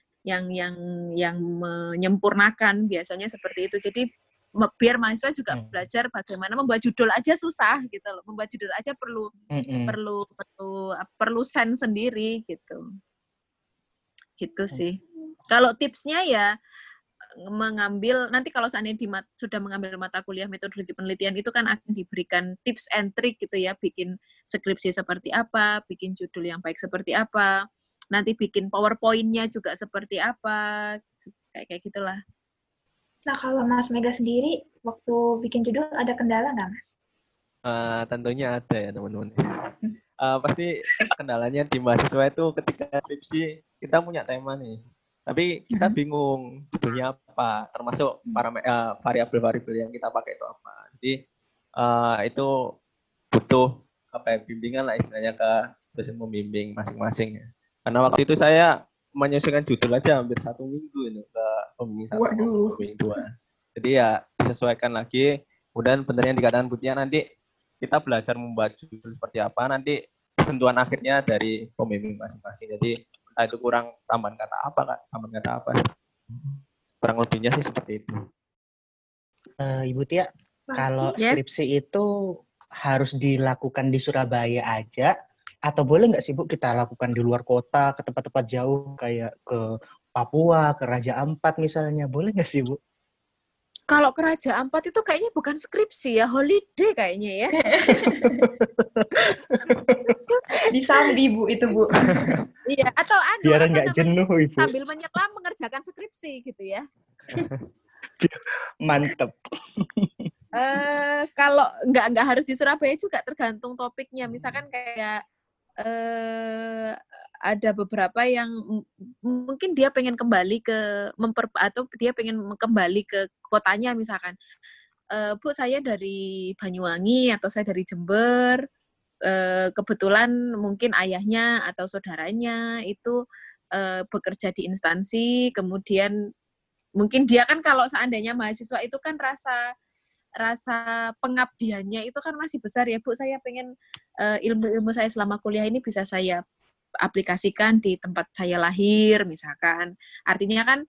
menyempurnakan, biasanya seperti itu. Jadi biar mahasiswa juga belajar bagaimana membuat judul aja susah gitu loh. Membuat judul aja perlu sense sendiri gitu. Gitu sih. Kalau tipsnya ya mengambil, nanti kalau seandainya sudah mengambil mata kuliah metodologi penelitian itu kan akan diberikan tips and trick gitu ya, bikin skripsi seperti apa, bikin judul yang baik seperti apa, nanti bikin PowerPoint-nya juga seperti apa, kayak gitulah. Nah, kalau Mas Mega sendiri, waktu bikin judul ada kendala nggak, Mas? Tentunya ada ya teman-teman. Pasti kendalanya di mahasiswa itu ketika skripsi kita punya tema nih, tapi kita bingung judulnya apa, termasuk variabel-variabel yang kita pakai itu apa. Jadi itu butuh bimbingan lah istilahnya ke dosen pembimbing masing-masing ya. Karena waktu itu saya menyesuaikan judul aja hampir 1 minggu ini ke pembimbing 1, pembimbing 2. Jadi ya disesuaikan lagi. Kemudian benar yang dikatakan Butia, nanti kita belajar membuat judul seperti apa, nanti sentuhan akhirnya dari pembimbing masing-masing. Jadi entah itu kurang tambahan kata apa, Kak, tambahan kata apa. Kurang lebihnya sih seperti itu. Ibu Tia, kalau skripsi itu harus dilakukan di Surabaya aja, atau boleh nggak sih Bu kita lakukan di luar kota, ke tempat-tempat jauh, kayak ke Papua, ke Raja Ampat misalnya, boleh nggak sih Bu? Kalau ke Raja Ampat itu kayaknya bukan skripsi ya, holiday kayaknya ya. Di Sambi Bu itu Bu. Iya, atau biar nggak jenuh Ibu. Sambil menyelam mengerjakan skripsi gitu ya. Mantep. Kalau nggak harus di Surabaya juga, tergantung topiknya. Misalkan kayak ada beberapa yang mungkin dia pengen kembali atau dia pengen kembali ke kotanya misalkan. Bu, saya dari Banyuwangi atau saya dari Jember. Kebetulan mungkin ayahnya atau saudaranya itu bekerja di instansi, kemudian mungkin dia kan kalau seandainya mahasiswa itu kan rasa pengabdiannya itu kan masih besar ya Bu, saya pengen ilmu-ilmu saya selama kuliah ini bisa saya aplikasikan di tempat saya lahir misalkan. Artinya kan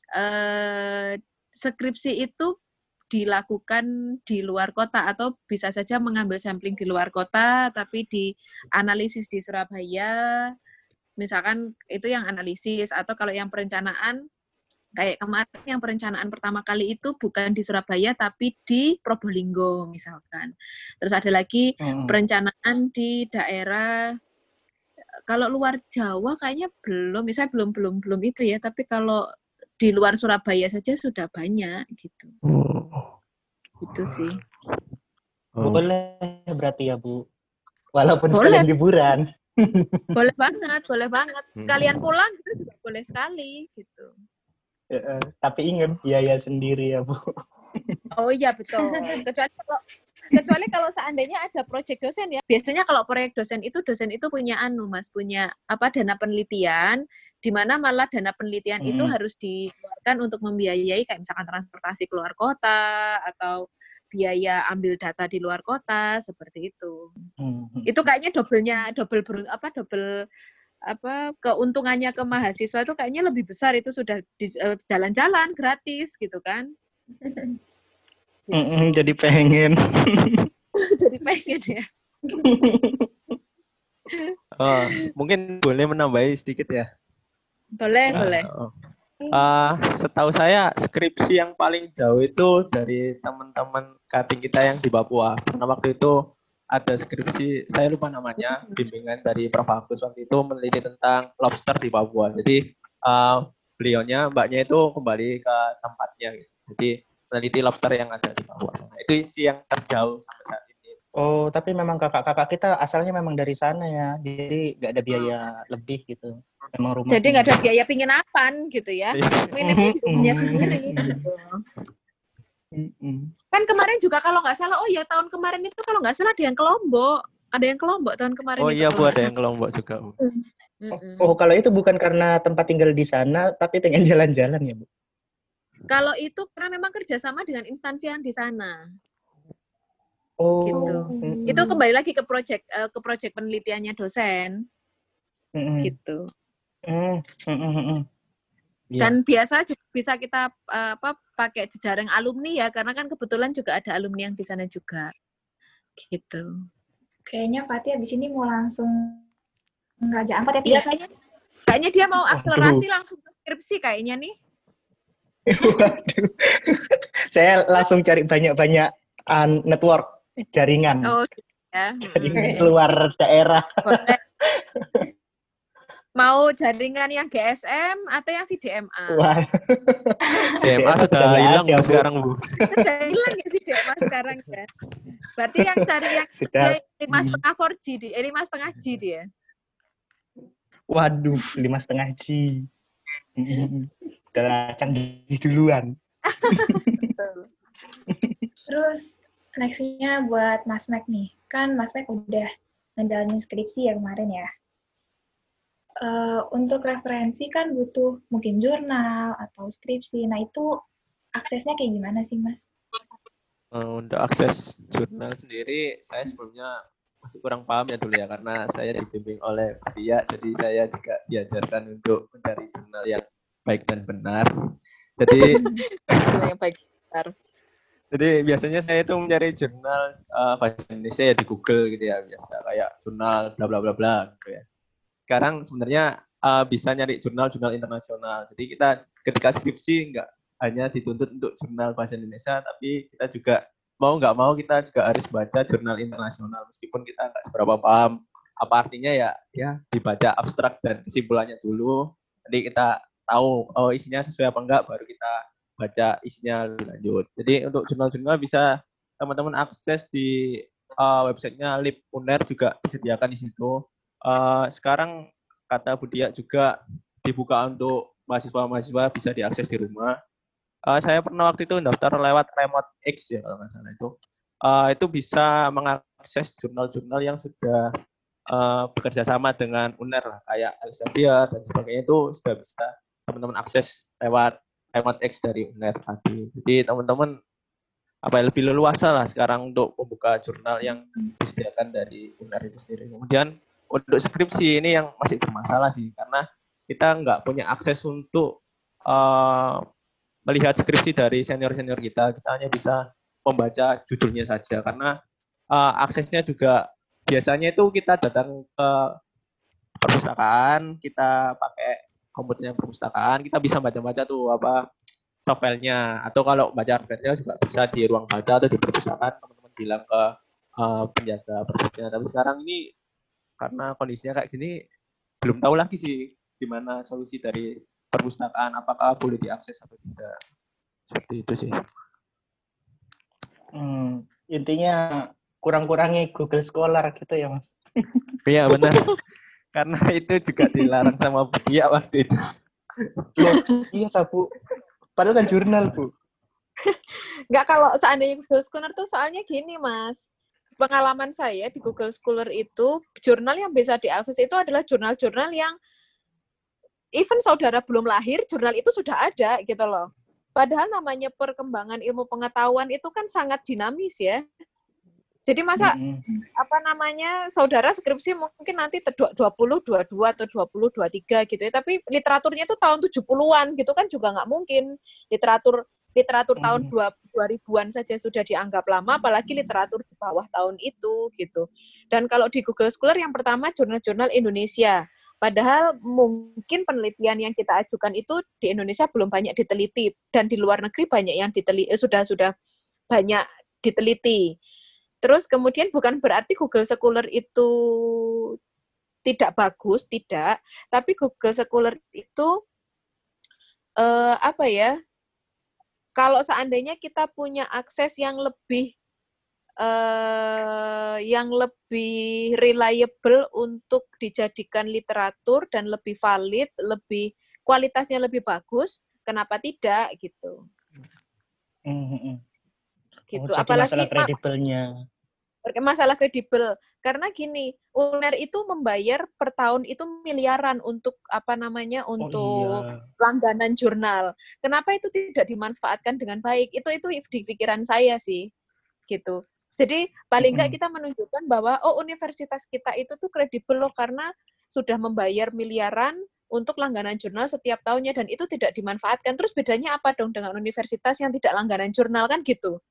skripsi itu dilakukan di luar kota atau bisa saja mengambil sampling di luar kota tapi dianalisis di Surabaya. Misalkan itu yang analisis, atau kalau yang perencanaan kayak kemarin yang perencanaan pertama kali itu bukan di Surabaya tapi di Probolinggo misalkan. Terus ada lagi perencanaan di daerah, kalau luar Jawa kayaknya belum, misalnya belum itu ya, tapi kalau di luar Surabaya saja sudah banyak gitu. Itu sih. Boleh berarti ya Bu. Walaupun sekalian liburan. Boleh banget. Kalian pulang itu juga boleh sekali gitu. Tapi ingat biaya sendiri ya Bu. Oh iya betul. Kecuali kalau seandainya ada proyek dosen ya. Biasanya kalau proyek dosen itu punya punya dana penelitian, di mana malah dana penelitian itu harus dikeluarkan untuk membiayai kayak misalkan transportasi keluar kota atau biaya ambil data di luar kota seperti itu. Itu kayaknya double keuntungannya ke mahasiswa itu kayaknya lebih besar, itu sudah jalan-jalan gratis gitu kan. Jadi pengen. Jadi pengen ya. Mungkin boleh menambahi sedikit ya. Boleh. Setahu saya skripsi yang paling jauh itu dari teman-teman cutting kita yang di Papua. Karena waktu itu ada skripsi, saya lupa namanya, bimbingan dari Prof. Agus waktu itu meneliti tentang lobster di Papua. Jadi mbaknya itu kembali ke tempatnya. Jadi meneliti lobster yang ada di Papua. Itu isi yang terjauh sampai saat ini. Oh, tapi memang kakak-kakak kita asalnya memang dari sana ya, jadi nggak ada biaya lebih gitu. Memang rumah. Jadi nggak ada biaya penginapan gitu ya. Penginapan punya sendiri gitu. Kan kemarin juga kalau nggak salah, tahun kemarin itu kalau nggak salah ada yang ke Lombok. Ada yang ke Lombok tahun kemarin itu. Oh iya Bu, ada yang ke Lombok juga Bu. Oh, kalau itu bukan karena tempat tinggal di sana, tapi pengen jalan-jalan ya Bu? Kalau itu karena memang kerjasama dengan instansi yang di sana. Oh. Gitu. Itu kembali lagi ke proyek penelitiannya dosen. Gitu. Dan biasa juga bisa kita pakai jejaring alumni ya, karena kan kebetulan juga ada alumni yang di sana juga. Gitu. Kayaknya Fatih abis ini mau langsung Raja Ampat ya? Iya, kayaknya dia mau akselerasi langsung ke skripsi kayaknya nih. Waduh. Saya langsung cari banyak-banyak network, jaringan. Oh, ya. Jaringan keluar daerah. Mau jaringan yang GSM atau yang CDMA? Wah. CMA sudah hilang ya, Bu sekarang, Bu. Sudah hilang ya CDMA sekarang ya. Berarti yang cari yang Sudah. 5,5 4G dia, 5,5 G dia. Waduh, 5,5 G. Udah canggih duluan. Terus nextnya buat Mas Mac nih. Kan Mas Mac udah ngejalanin skripsi ya kemarin ya. Untuk referensi kan butuh mungkin jurnal atau skripsi. Nah itu aksesnya kayak gimana sih Mas? Untuk akses jurnal sendiri, saya sebelumnya masih kurang paham ya dulu ya, karena saya dibimbing oleh dia, jadi saya juga diajarkan untuk mencari jurnal yang baik dan benar. Jadi yang baik benar. Jadi biasanya saya itu mencari jurnal bahasa Indonesia ya di Google gitu ya, biasa kayak jurnal bla bla bla bla gitu ya. Sekarang sebenarnya bisa nyari jurnal-jurnal internasional. Jadi kita ketika skripsi nggak hanya dituntut untuk jurnal bahasa Indonesia, tapi kita juga mau nggak mau kita juga harus baca jurnal internasional meskipun kita nggak seberapa paham apa artinya ya dibaca abstrak dan kesimpulannya dulu. Nanti kita tahu oh isinya sesuai apa enggak, baru kita baca isinya lebih lanjut. Jadi untuk jurnal-jurnal bisa teman-teman akses di websitenya LIP UNER, juga disediakan di situ. Sekarang kata Budia juga dibuka untuk mahasiswa-mahasiswa, bisa diakses di rumah. Saya pernah waktu itu daftar lewat Remote X ya kalau nggak salah itu. Itu bisa mengakses jurnal-jurnal yang sudah bekerja sama dengan UNER lah, kayak Elsevier dan sebagainya, itu sudah bisa teman-teman akses lewat Remote X dari UNER tadi. Jadi teman-teman lebih leluasa lah sekarang untuk membuka jurnal yang disediakan dari UNER itu sendiri. Kemudian untuk skripsi ini yang masih bermasalah sih, karena kita nggak punya akses untuk melihat skripsi dari senior-senior kita. Kita hanya bisa membaca judulnya saja, karena aksesnya juga biasanya itu kita datang ke perpustakaan, kita pakai komputernya perpustakaan, kita bisa baca-baca tuh software-nya, atau kalau baca artikelnya juga bisa di ruang baca atau di perpustakaan, teman-teman bilang ke penjaga perpustakaan. Tapi sekarang ini karena kondisinya kayak gini, belum tahu lagi sih gimana solusi dari perpustakaan, apakah boleh diakses atau tidak. Seperti itu sih. Intinya kurang-kurangi Google Scholar gitu ya Mas. Iya benar. Karena itu juga dilarang sama Budia waktu itu. Loh, iya Bu. Padahal kan jurnal Bu. Enggak, kalau seandainya Google Scholar tuh soalnya gini Mas. Pengalaman saya di Google Scholar itu, jurnal yang bisa diakses itu adalah jurnal-jurnal yang even saudara belum lahir, jurnal itu sudah ada gitu loh. Padahal namanya perkembangan ilmu pengetahuan itu kan sangat dinamis ya. Jadi masa saudara skripsi mungkin nanti 2022 atau 2023 gitu ya, tapi literaturnya itu tahun 70-an gitu kan juga nggak mungkin. Literatur tahun 2000-an saja sudah dianggap lama, apalagi literatur di bawah tahun itu gitu. Dan kalau di Google Scholar yang pertama jurnal-jurnal Indonesia. Padahal mungkin penelitian yang kita ajukan itu di Indonesia belum banyak diteliti, dan di luar negeri banyak yang sudah banyak diteliti. Terus kemudian bukan berarti Google Scholar itu tidak bagus, tidak. Tapi Google Scholar itu kalau seandainya kita punya akses yang lebih reliable untuk dijadikan literatur dan lebih valid, lebih kualitasnya lebih bagus, kenapa tidak gitu? Gitu. Apalagi masalah kredibelnya. Masalah kredibel, karena gini, UNER itu membayar per tahun itu miliaran untuk langganan jurnal. Kenapa itu tidak dimanfaatkan dengan baik? Itu di pikiran saya sih, gitu. Jadi paling nggak kita menunjukkan bahwa universitas kita itu tuh kredibel loh, karena sudah membayar miliaran untuk langganan jurnal setiap tahunnya, dan itu tidak dimanfaatkan. Terus bedanya apa dong dengan universitas yang tidak langganan jurnal, kan gitu?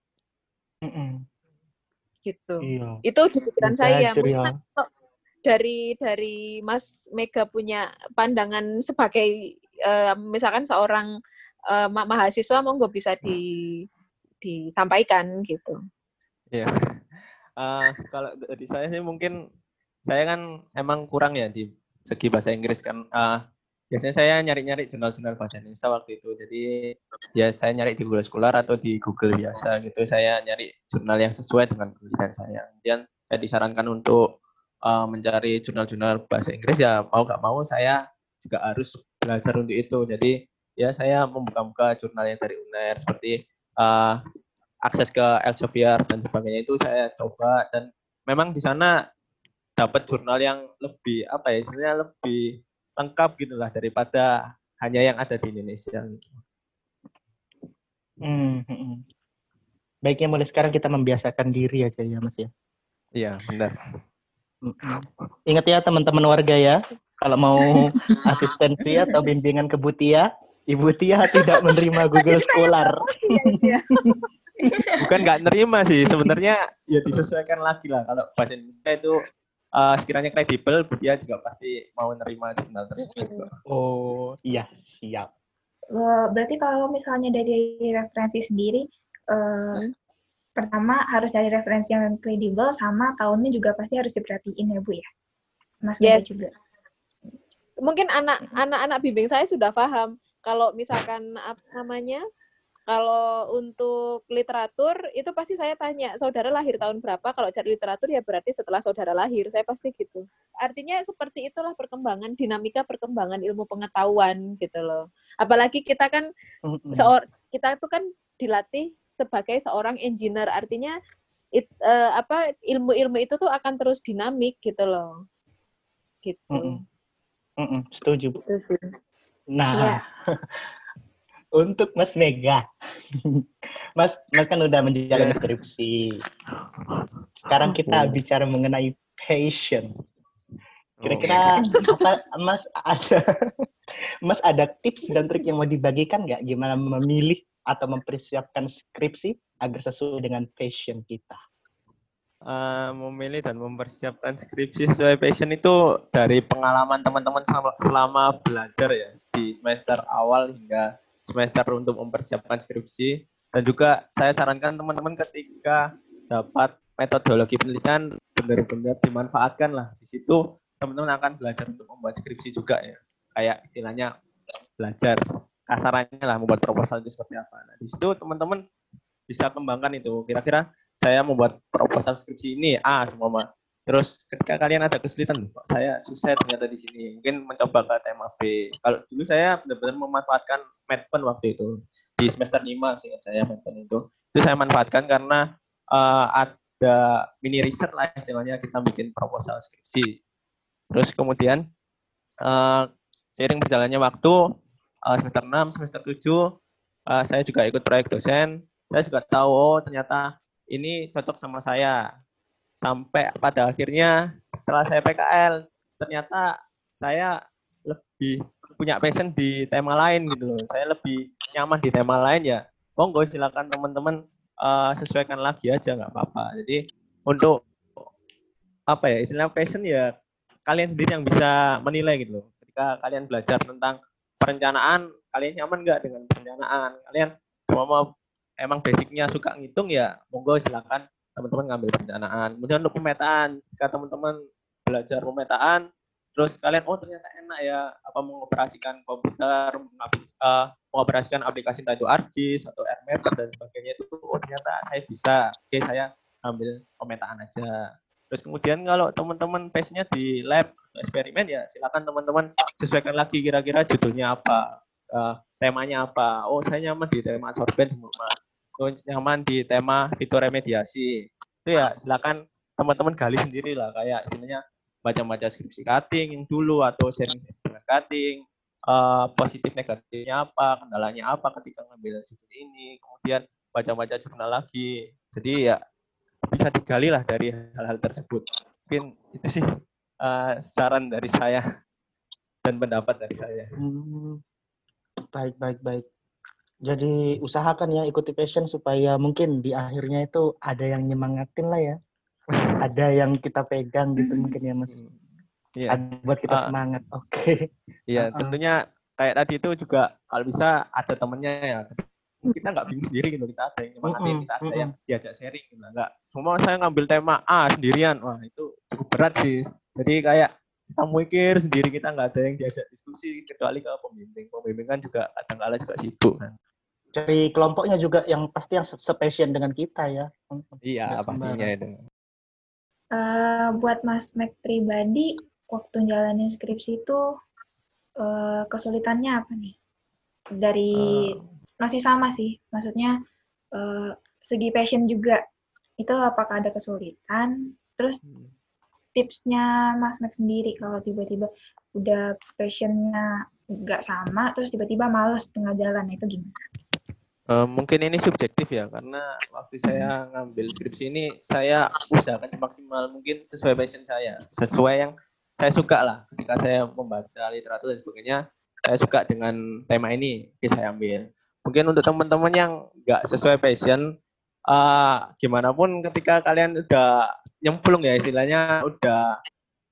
Gitu. Iya. Itu di pikiran saya. Mungkin dari Mas Mega punya pandangan sebagai misalkan seorang mahasiswa, monggo bisa disampaikan gitu. Iya. Kalau dari saya sih mungkin saya kan emang kurang ya di segi bahasa Inggris kan. Biasanya saya nyari-nyari jurnal-jurnal bahasa Indonesia waktu itu. Jadi ya saya nyari di Google Scholar atau di Google biasa gitu. Saya nyari jurnal yang sesuai dengan penelitian saya. Kemudian saya disarankan untuk mencari jurnal-jurnal bahasa Inggris, ya mau nggak mau saya juga harus belajar untuk itu. Jadi ya saya membuka-buka jurnal yang dari UNER seperti akses ke Elsevier dan sebagainya itu saya coba, dan memang di sana dapat jurnal yang lebih apa ya, sebenarnya lebih lengkap gitulah daripada hanya yang ada di Indonesia. Baiknya mulai sekarang kita membiasakan diri aja ya Mas ya. Iya benar. Ingat ya teman-teman warga ya, kalau mau asistensi atau bimbingan ke Bu Tia, Ibu Tia tidak menerima Google Scholar. Bukan nggak nerima sih, sebenarnya ya disesuaikan lagi lah. Kalau bahasa Indonesia itu sekiranya kredibel, Bu Tia juga pasti mau menerima jurnal tersebut. Oh iya, siap. Berarti kalau misalnya dari referensi sendiri, pertama harus dari referensi yang kredibel, sama tahunnya juga pasti harus diperhatiin ya Bu ya? Mas Mega juga. Mungkin anak-anak bimbing saya sudah paham. Kalau misalkan apa namanya, kalau untuk literatur itu pasti saya tanya, saudara lahir tahun berapa? Kalau cari literatur ya berarti setelah saudara lahir, saya pasti gitu. Artinya seperti itulah perkembangan, dinamika perkembangan ilmu pengetahuan gitu loh. Apalagi kita kan kita itu kan dilatih sebagai seorang engineer, artinya ilmu-ilmu itu tuh akan terus dinamik gitu loh. Gitu. Setuju, Bu. Itu sih. Nah, untuk Mas Mega, Mas kan udah menjalani skripsi. Sekarang kita bicara mengenai passion. Kira-kira apa Mas ada tips dan trik yang mau dibagikan nggak gimana memilih atau mempersiapkan skripsi agar sesuai dengan passion kita? Memilih dan mempersiapkan skripsi sesuai passion itu dari pengalaman teman-teman selama belajar ya, di semester awal hingga semester untuk mempersiapkan skripsi. Dan juga saya sarankan teman-teman ketika dapat metodologi penelitian benar-benar dimanfaatkan lah. Di situ teman-teman akan belajar untuk membuat skripsi juga ya. Kayak istilahnya belajar kasarannya lah membuat proposal itu seperti apa. Nah, di situ teman-teman bisa kembangkan itu. Kira-kira saya membuat proposal skripsi ini semua. Terus ketika kalian ada kesulitan, kok saya susah ternyata di sini, mungkin mencoba ke tema B. Kalau dulu saya benar-benar memanfaatkan Medpen waktu itu di semester 5, seingat saya Medpen itu saya manfaatkan karena ada mini research lah istilahnya, kita bikin proposal skripsi. Terus kemudian seiring berjalannya waktu, semester 6, semester 7 saya juga ikut proyek dosen. Saya juga tahu ternyata ini cocok sama saya. Sampai pada akhirnya setelah saya PKL, ternyata saya lebih punya passion di tema lain gitu loh. Saya lebih nyaman di tema lain ya. Monggo silakan teman-teman sesuaikan lagi aja, nggak apa-apa. Jadi untuk apa ya, istilah passion ya kalian sendiri yang bisa menilai gitu loh. Ketika kalian belajar tentang perencanaan, kalian nyaman nggak dengan perencanaan? Kalian mau emang basicnya suka ngitung ya, monggo silakan teman-teman ngambil perencanaan. Kemudian untuk pemetaan, jika teman-teman belajar pemetaan, terus kalian ternyata enak ya, mengoperasikan komputer, mengoperasikan aplikasi entah itu ArcGIS atau RMapper dan sebagainya, itu ternyata saya bisa. Oke, saya ambil pemetaan aja. Terus kemudian kalau teman-teman passionnya di lab eksperimen ya silakan teman-teman sesuaikan lagi kira-kira judulnya apa, temanya apa. Saya nyaman di tema absorben semua, nyaman di tema fituremediasi. Itu ya silakan teman-teman gali sendiri lah, kayak istilahnya baca-baca skripsi cutting yang dulu atau sharing dengan cutting, positif negatifnya apa, kendalanya apa ketika ngambil judul ini, kemudian baca-baca jurnal lagi. Jadi ya bisa digali lah dari hal-hal tersebut. Mungkin itu sih saran dari saya dan pendapat dari saya. Baik. Jadi usahakan ya ikuti passion supaya mungkin di akhirnya itu ada yang nyemangatin lah ya. Ada yang kita pegang gitu mungkin ya Mas. Iya. Buat kita semangat. Oke. Iya, tentunya kayak tadi itu juga kalau bisa ada temennya ya. Kita nggak bingung sendiri gitu, kita ada yang nyemangatin, kita ada yang diajak sharing gitu. Nggak semua saya ngambil tema A sendirian. Wah, itu cukup berat sih. Jadi kayak kita kita mikir sendiri, kita nggak ada yang diajak diskusi kecuali ke pembimbing. Pembimbing kan juga kadang-kala juga sibuk kan. Cari kelompoknya juga yang pasti yang sepassion dengan kita ya. Iya, pastinya itu. Buat Mas Mac pribadi, waktu jalanin skripsi itu kesulitannya apa nih? Dari masih sama sih, maksudnya segi passion juga. Itu apakah ada kesulitan? Terus tipsnya Mas Mac sendiri kalau tiba-tiba udah passionnya nggak sama, terus tiba-tiba males tengah jalan, itu gimana? Mungkin ini subjektif ya, karena waktu saya ngambil skripsi ini, saya usahakan maksimal mungkin sesuai passion saya, sesuai yang saya suka lah. Ketika saya membaca literatur dan sebagainya, saya suka dengan tema ini, saya ambil. Mungkin untuk teman-teman yang nggak sesuai passion, gimana pun ketika kalian udah nyemplung ya istilahnya, udah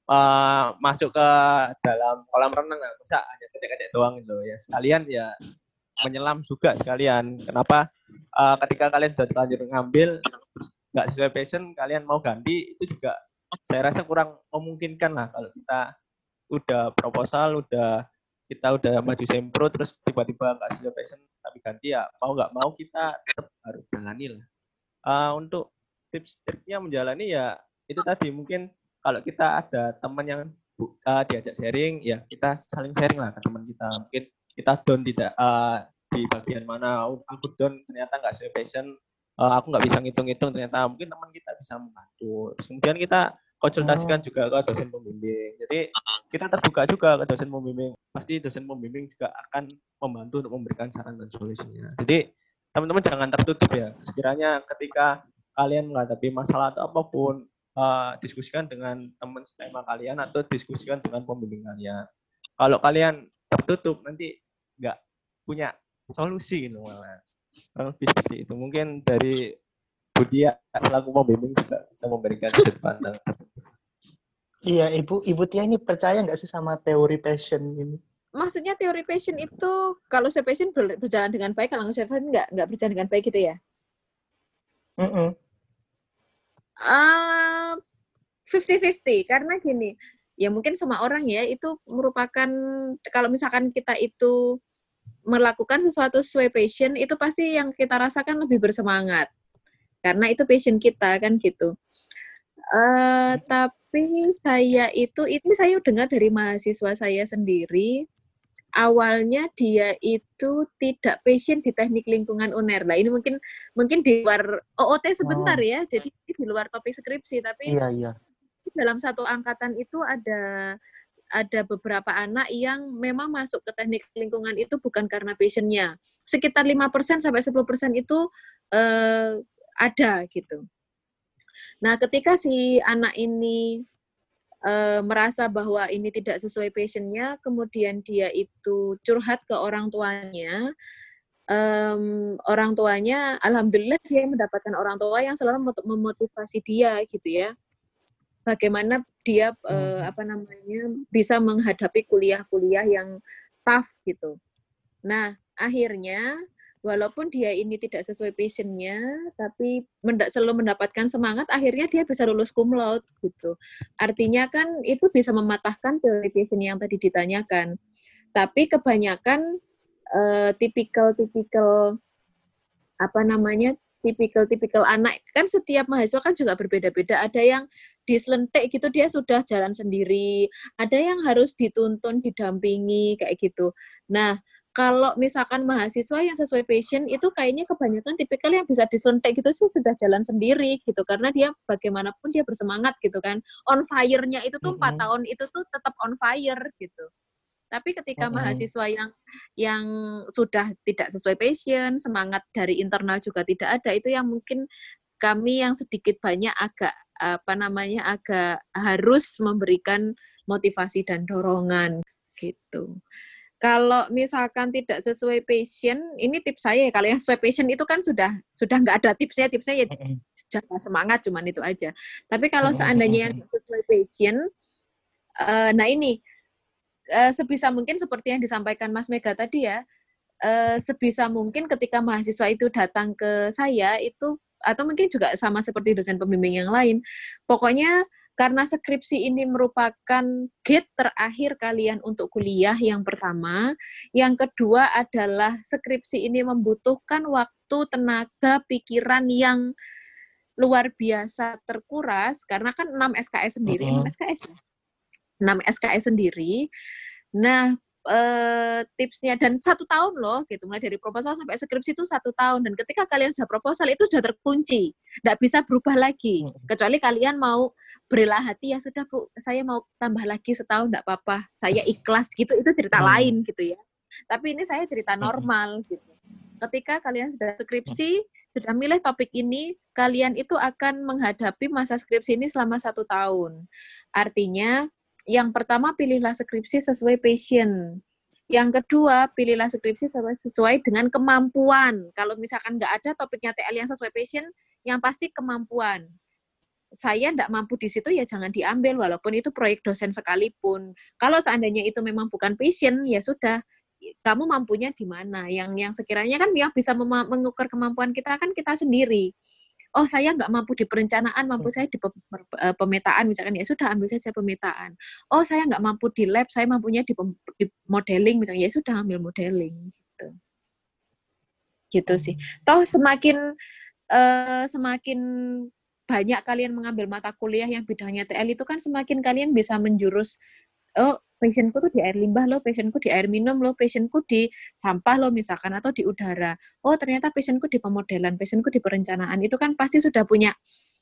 masuk ke dalam kolam renang, masa hanya ketik-ketik doang gitu ya, sekalian ya menyelam juga sekalian. Kenapa? Ketika kalian sudah terlanjur ngambil terus nggak sesuai passion, kalian mau ganti, itu juga saya rasa kurang memungkinkan lah. Kalau kita udah proposal, kita udah maju sempro, terus tiba-tiba nggak sesuai passion tapi ganti, ya mau nggak mau kita tetap harus jalani lah. Untuk tips-tipsnya menjalani ya itu tadi, mungkin kalau kita ada teman yang diajak sharing, ya kita saling sharing lah ke teman kita. Mungkin kita down di bagian mana, aku down ternyata nggak sesuai passion, aku nggak bisa ngitung-ngitung, ternyata mungkin teman kita bisa membantu. Terus kemudian kita konsultasikan juga ke dosen pembimbing. Jadi kita terbuka juga ke dosen pembimbing. Pasti dosen pembimbing juga akan membantu untuk memberikan saran dan solusinya. Jadi teman-teman jangan tertutup ya. Sekiranya ketika kalian menghadapi masalah atau apapun, diskusikan dengan teman setema kalian atau diskusikan dengan pembimbing kalian. Kalau kalian tertutup, nanti nggak punya solusi gitu malah. Kurang lebih seperti itu. Mungkin dari Budia selaku pembimbing juga bisa memberikan sudut pandang. Iya, Ibu Tia ini percaya nggak sih sama teori passion ini? Maksudnya teori passion itu kalau saya passion berjalan dengan baik, kalau saya passion nggak berjalan dengan baik gitu ya? 50-50, karena gini, ya mungkin semua orang ya itu merupakan, kalau misalkan kita itu melakukan sesuatu sesuai passion, itu pasti yang kita rasakan lebih bersemangat. Karena itu passion kita, kan gitu. Tapi ini saya dengar dari mahasiswa saya sendiri, awalnya dia itu tidak passion di teknik lingkungan UNER. Nah ini mungkin di luar OOT sebentar ya, jadi di luar topik skripsi, tapi iya. Dalam satu angkatan itu ada beberapa anak yang memang masuk ke teknik lingkungan itu bukan karena passion-nya. Sekitar 5% sampai 10% itu ada gitu. Nah, ketika si anak ini merasa bahwa ini tidak sesuai passion-nya, kemudian dia itu curhat ke orang tuanya. Orang tuanya, alhamdulillah dia mendapatkan orang tua yang selalu memotivasi dia gitu ya. Bagaimana dia bisa menghadapi kuliah-kuliah yang tough gitu. Nah, akhirnya walaupun dia ini tidak sesuai passion-nya, tapi selalu mendapatkan semangat, akhirnya dia bisa lulus cum laude gitu. Artinya kan itu bisa mematahkan teori passion yang tadi ditanyakan. Tapi kebanyakan tipikal anak, kan setiap mahasiswa kan juga berbeda-beda. Ada yang diselentik gitu, dia sudah jalan sendiri. Ada yang harus dituntun, didampingi, kayak gitu. Nah, kalau misalkan mahasiswa yang sesuai passion, itu kayaknya kebanyakan tipikal yang bisa diselentik gitu, sudah jalan sendiri gitu. Karena dia bagaimanapun dia bersemangat gitu kan. On fire-nya itu tuh 4 tahun itu tuh tetap on fire gitu. Tapi ketika mahasiswa yang sudah tidak sesuai passion, semangat dari internal juga tidak ada, itu yang mungkin kami yang sedikit banyak agak harus memberikan motivasi dan dorongan gitu. Kalau misalkan tidak sesuai passion, ini tips saya, kalau yang sesuai passion itu kan sudah nggak ada tipsnya ya jaga semangat, cuman itu aja. Tapi kalau seandainya yang sesuai passion, nah ini sebisa mungkin seperti yang disampaikan Mas Mega tadi ya, sebisa mungkin ketika mahasiswa itu datang ke saya itu, atau mungkin juga sama seperti dosen pembimbing yang lain, pokoknya karena skripsi ini merupakan gate terakhir kalian untuk kuliah yang pertama. Yang kedua adalah skripsi ini membutuhkan waktu, tenaga, pikiran yang luar biasa terkuras, karena kan 6 SKS sendiri, 6 SKS ya? 6 SKS sendiri. Nah, tipsnya, dan 1 tahun loh, gitu, mulai dari proposal sampai skripsi itu 1 tahun, dan ketika kalian sudah proposal itu sudah terkunci, nggak bisa berubah lagi, kecuali kalian mau berela hati, ya sudah Bu, saya mau tambah lagi setahun, nggak apa-apa, saya ikhlas, gitu, itu cerita lain, gitu ya. Tapi ini saya cerita normal, gitu. Ketika kalian sudah skripsi, sudah milih topik ini, kalian itu akan menghadapi masa skripsi ini selama 1 tahun. Artinya, yang pertama, pilihlah skripsi sesuai passion. Yang kedua, pilihlah skripsi sesuai dengan kemampuan. Kalau misalkan nggak ada topiknya TL yang sesuai passion, yang pasti kemampuan. Saya nggak mampu di situ, ya jangan diambil, walaupun itu proyek dosen sekalipun. Kalau seandainya itu memang bukan passion, ya sudah, kamu mampunya di mana. Yang sekiranya kan yang bisa mengukur kemampuan kita kan kita sendiri. Oh, saya nggak mampu di perencanaan, mampu saya di pemetaan, misalkan, ya sudah ambil saja pemetaan. Oh, saya nggak mampu di lab, saya mampunya di modeling, misalnya, ya sudah ambil modeling, gitu. Gitu sih. Toh semakin banyak kalian mengambil mata kuliah yang bidangnya TL itu kan semakin kalian bisa menjurus, oh, passionku tuh di air limbah loh, passionku di air minum loh, passionku di sampah loh misalkan, atau di udara. Oh, ternyata passionku di pemodelan, passionku di perencanaan. Itu kan pasti sudah punya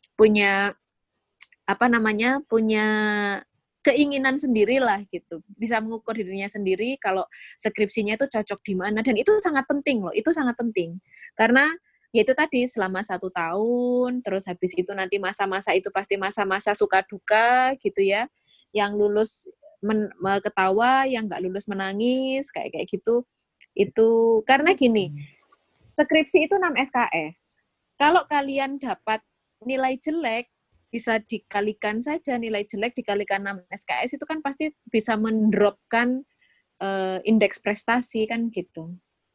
keinginan sendirilah, gitu. Bisa mengukur dirinya sendiri kalau skripsinya itu cocok di mana, dan itu sangat penting loh, itu sangat penting. Karena ya itu tadi, selama 1 tahun, terus habis itu nanti masa-masa itu pasti masa-masa suka duka, gitu ya. Yang lulus ketawa, yang nggak lulus menangis, kayak gitu. Itu karena gini, skripsi itu 6 SKS. Kalau kalian dapat nilai jelek, bisa dikalikan saja nilai jelek dikalikan 6 SKS, itu kan pasti bisa mendropkan indeks prestasi kan, gitu.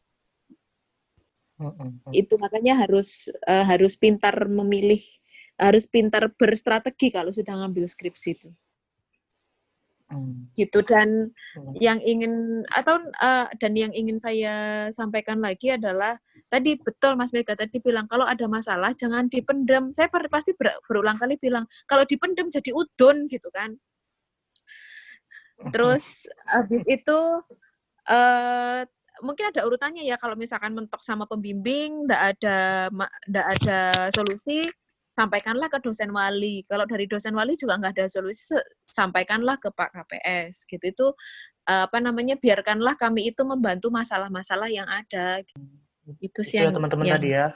Itu makanya harus pintar memilih, harus pintar berstrategi kalau sudah ngambil skripsi itu. Gitu. Dan yang ingin saya sampaikan lagi adalah, tadi betul Mas Mega tadi bilang, kalau ada masalah jangan dipendam. Saya pasti berulang kali bilang, kalau dipendam jadi udun, gitu kan. Terus habis itu mungkin ada urutannya ya, kalau misalkan mentok sama pembimbing, nggak ada solusi, sampaikanlah ke dosen wali. Kalau dari dosen wali juga nggak ada solusi, sampaikanlah ke Pak KPS. Gitu. Itu biarkanlah kami itu membantu masalah-masalah yang ada. Itu sih ya teman-teman tadi ya.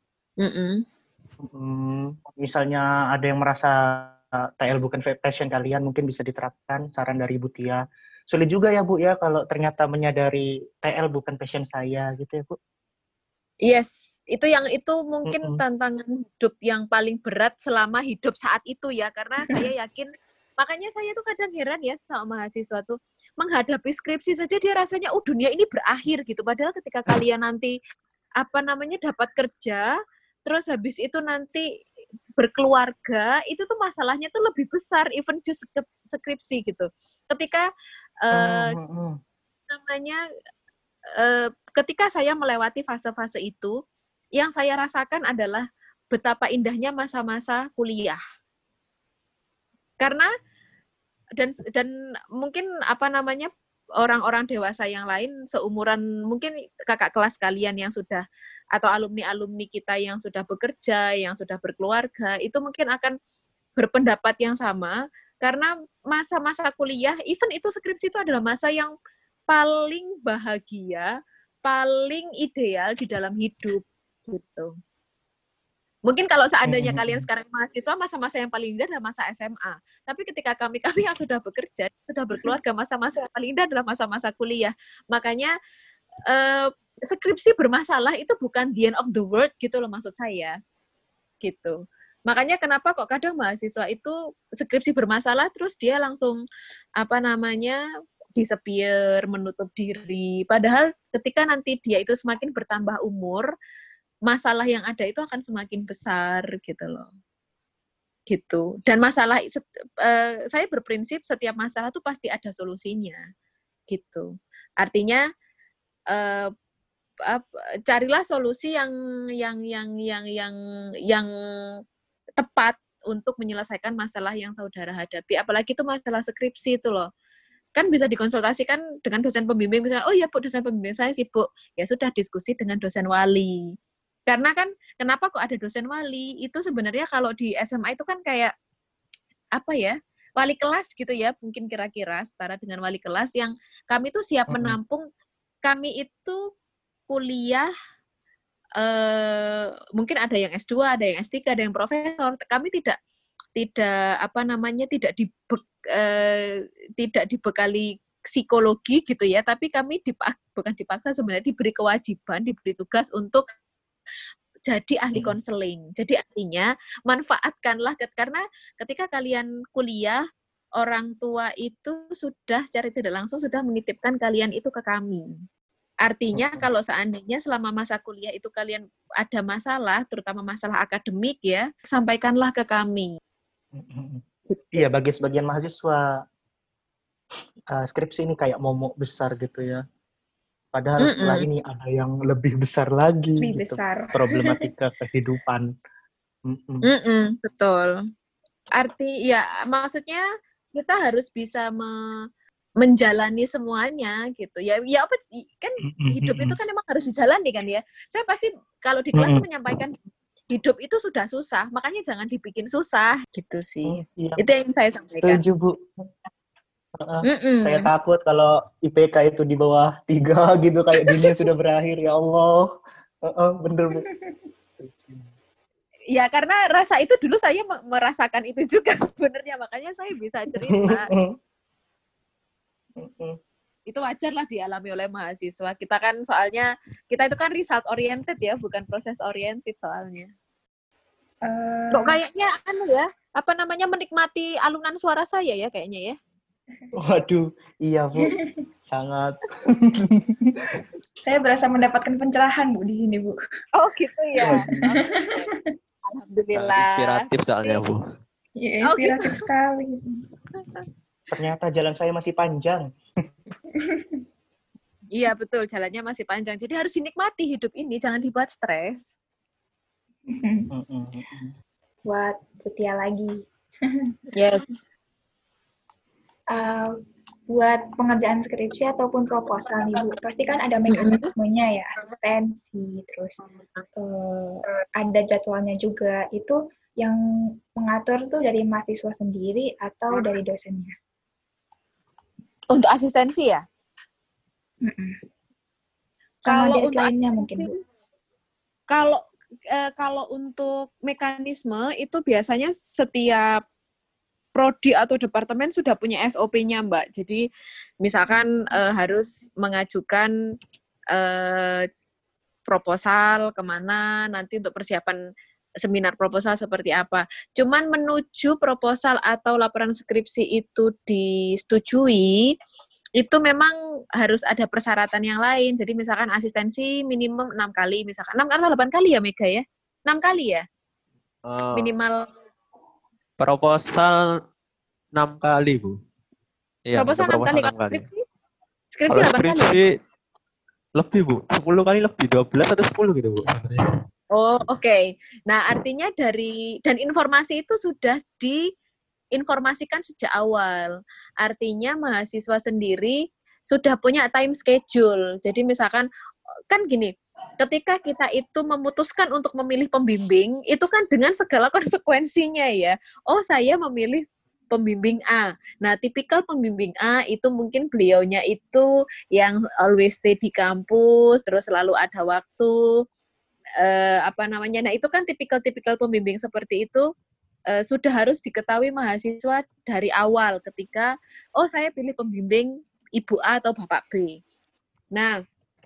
Misalnya ada yang merasa TL bukan passion kalian, mungkin bisa diterapkan saran dari Bu Tia. Sulit juga ya Bu ya kalau ternyata menyadari TL bukan passion saya, gitu ya Bu. Yes, itu mungkin tantangan hidup yang paling berat selama hidup saat itu ya, karena saya yakin, makanya saya tuh kadang heran ya sama mahasiswa tuh, menghadapi skripsi saja dia rasanya, dunia ini berakhir gitu, padahal ketika kalian nanti dapat kerja, terus habis itu nanti berkeluarga, itu tuh masalahnya tuh lebih besar, even just skripsi gitu. Ketika ketika saya melewati fase-fase itu, yang saya rasakan adalah betapa indahnya masa-masa kuliah. Karena dan mungkin orang-orang dewasa yang lain seumuran, mungkin kakak kelas kalian yang sudah, atau alumni-alumni kita yang sudah bekerja, yang sudah berkeluarga, itu mungkin akan berpendapat yang sama, karena masa-masa kuliah, even itu skripsi itu adalah masa yang paling bahagia, paling ideal di dalam hidup, gitu. Mungkin kalau seandainya kalian sekarang mahasiswa, masa-masa yang paling indah adalah masa SMA. Tapi ketika kami yang sudah bekerja, sudah berkeluarga, masa-masa yang paling indah adalah masa-masa kuliah. Makanya skripsi bermasalah itu bukan the end of the world gitu loh, maksud saya. Gitu. Makanya kenapa kok kadang mahasiswa itu skripsi bermasalah terus dia langsung disappear, menutup diri. Padahal ketika nanti dia itu semakin bertambah umur, masalah yang ada itu akan semakin besar gitu loh. gitu. Dan masalah saya berprinsip setiap masalah tuh pasti ada solusinya gitu. Artinya carilah solusi yang tepat untuk menyelesaikan masalah yang saudara hadapi. Apalagi itu masalah skripsi itu loh. Kan bisa dikonsultasikan dengan dosen pembimbing, misalnya, oh ya Bu, dosen pembimbing saya sibuk. Ya sudah, diskusi dengan dosen wali. Karena kan, kenapa kok ada dosen wali? Itu sebenarnya kalau di SMA itu kan kayak, apa ya, wali kelas gitu ya, mungkin kira-kira setara dengan wali kelas yang kami tuh siap menampung, kami itu kuliah, mungkin ada yang S2, ada yang S3, ada yang profesor. Kami tidak dibekali psikologi gitu ya, tapi kami bukan dipaksa, sebenarnya diberi kewajiban, diberi tugas untuk jadi ahli konseling. Jadi artinya manfaatkanlah, karena ketika kalian kuliah, orang tua itu sudah secara tidak langsung sudah menitipkan kalian itu ke kami. Artinya kalau seandainya selama masa kuliah itu kalian ada masalah, terutama masalah akademik ya, sampaikanlah ke kami. Iya, bagi sebagian mahasiswa skripsi ini kayak momok besar gitu ya. Padahal setelah ini ada yang lebih besar lagi. Lebih gitu. besar. Problematika kehidupan. Betul. Maksudnya kita harus bisa menjalani semuanya gitu. Ya apa kan hidup itu kan emang harus dijalani kan ya. Saya pasti kalau di kelas tuh menyampaikan hidup itu sudah susah, makanya jangan dibikin susah gitu sih. Iya. Itu yang saya sampaikan. Setuju, Bu. Saya takut kalau IPK itu di bawah 3 gitu, kayak dunia sudah berakhir, ya Allah. Bener, Bu. Ya, karena rasa itu dulu saya merasakan itu juga sebenarnya, makanya saya bisa cerita. Itu wajar lah dialami oleh mahasiswa. Kita kan soalnya, kita itu kan result oriented ya, bukan proses oriented soalnya. Kok kayaknya menikmati alunan suara saya ya kayaknya ya. Waduh, iya Bu, sangat. Saya berasa mendapatkan pencerahan Bu di sini Bu. Oh gitu ya. Alhamdulillah. Inspiratif soalnya Bu. Ya, inspiratif sekali. Ternyata jalan saya masih panjang. Iya betul, jalannya masih panjang. Jadi harus dinikmati hidup ini, jangan dibuat stres. Buat setia lagi. Yes. Buat pengerjaan skripsi ataupun proposal nih Bu, pasti kan ada mekanismenya ya, asistensi, terus ada jadwalnya juga. Itu yang mengatur tuh dari mahasiswa sendiri atau dari dosennya? Untuk asistensi ya? Kalau deadline-nya mungkin Bu. Kalau untuk mekanisme itu biasanya setiap prodi atau departemen sudah punya SOP-nya, Mbak. Jadi misalkan harus mengajukan proposal kemana, nanti untuk persiapan seminar proposal seperti apa. Cuman menuju proposal atau laporan skripsi itu disetujui, itu memang harus ada persyaratan yang lain. Jadi misalkan asistensi minimum 6 kali, misalkan 6 atau 8 kali ya, Mega ya? 6 kali ya? Minimal. Proposal 6 kali, Bu. Iya, proposal 6 kali. Skripsi 8 kali. Skripsi lebih, Bu. 10 kali lebih, 12 atau 10 gitu, Bu. Oh, oke. Nah, artinya dan informasi itu sudah diinformasikan sejak awal. Artinya mahasiswa sendiri sudah punya time schedule. Jadi misalkan, kan gini, ketika kita itu memutuskan untuk memilih pembimbing, itu kan dengan segala konsekuensinya ya. Oh, saya memilih pembimbing A. Nah, tipikal pembimbing A itu mungkin beliaunya itu yang always stay di kampus, terus selalu ada waktu, Nah, itu kan tipikal pembimbing seperti itu sudah harus diketahui mahasiswa dari awal ketika, oh saya pilih pembimbing Ibu A atau Bapak B. Nah,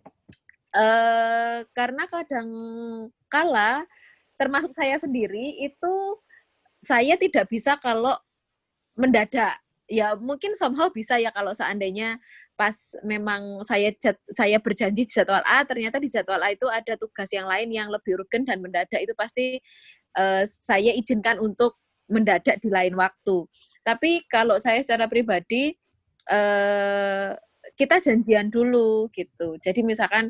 karena kadang kala termasuk saya sendiri itu saya tidak bisa kalau mendadak. Ya mungkin somehow bisa ya kalau seandainya pas memang saya berjanji di jadwal A, ternyata di jadwal A itu ada tugas yang lain yang lebih urgen dan mendadak, itu pasti saya izinkan untuk mendadak di lain waktu. Tapi kalau saya secara pribadi kita janjian dulu gitu. Jadi misalkan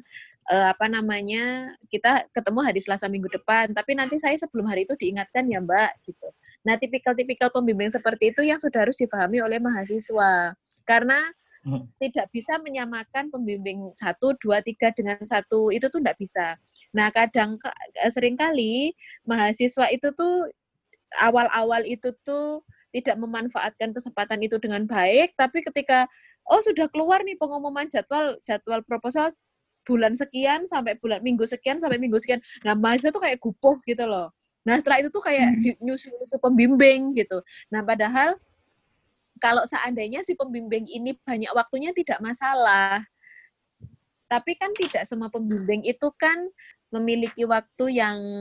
kita ketemu hari Selasa minggu depan, tapi nanti saya sebelum hari itu diingatkan ya Mbak gitu. Nah, tipikal-tipikal pembimbing seperti itu yang sudah harus dipahami oleh mahasiswa. Karena tidak bisa menyamakan pembimbing 1, 2, 3 dengan 1, itu tuh tidak bisa. Nah, seringkali mahasiswa itu tuh awal-awal itu tuh tidak memanfaatkan kesempatan itu dengan baik, tapi ketika sudah keluar nih pengumuman jadwal proposal bulan sekian sampai minggu sekian sampai minggu sekian. Nah, mahasiswa tuh kayak gupuh gitu loh. Nah, setelah itu tuh kayak nyusul pembimbing gitu. Nah, padahal kalau seandainya si pembimbing ini banyak waktunya tidak masalah. Tapi kan tidak semua pembimbing itu kan memiliki waktu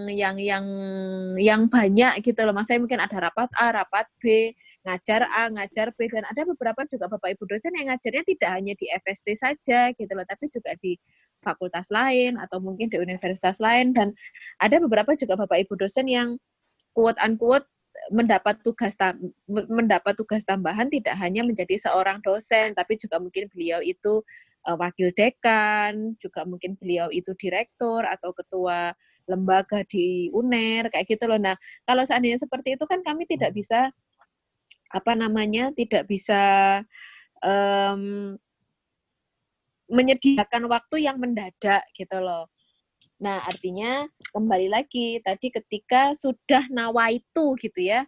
yang banyak gitu loh. Maksudnya mungkin ada rapat A, rapat B, ngajar A, ngajar B, dan ada beberapa juga Bapak Ibu dosen yang ngajarnya tidak hanya di FST saja gitu loh, tapi juga di fakultas lain atau mungkin di universitas lain, dan ada beberapa juga Bapak Ibu dosen yang quote unquote mendapat tugas tambahan tidak hanya menjadi seorang dosen, tapi juga mungkin beliau itu wakil dekan, juga mungkin beliau itu direktur atau ketua lembaga di UNER kayak gitu loh. Nah, kalau seandainya seperti itu kan kami tidak bisa menyediakan waktu yang mendadak gitu loh. Nah, artinya kembali lagi tadi ketika sudah nawaitu gitu ya,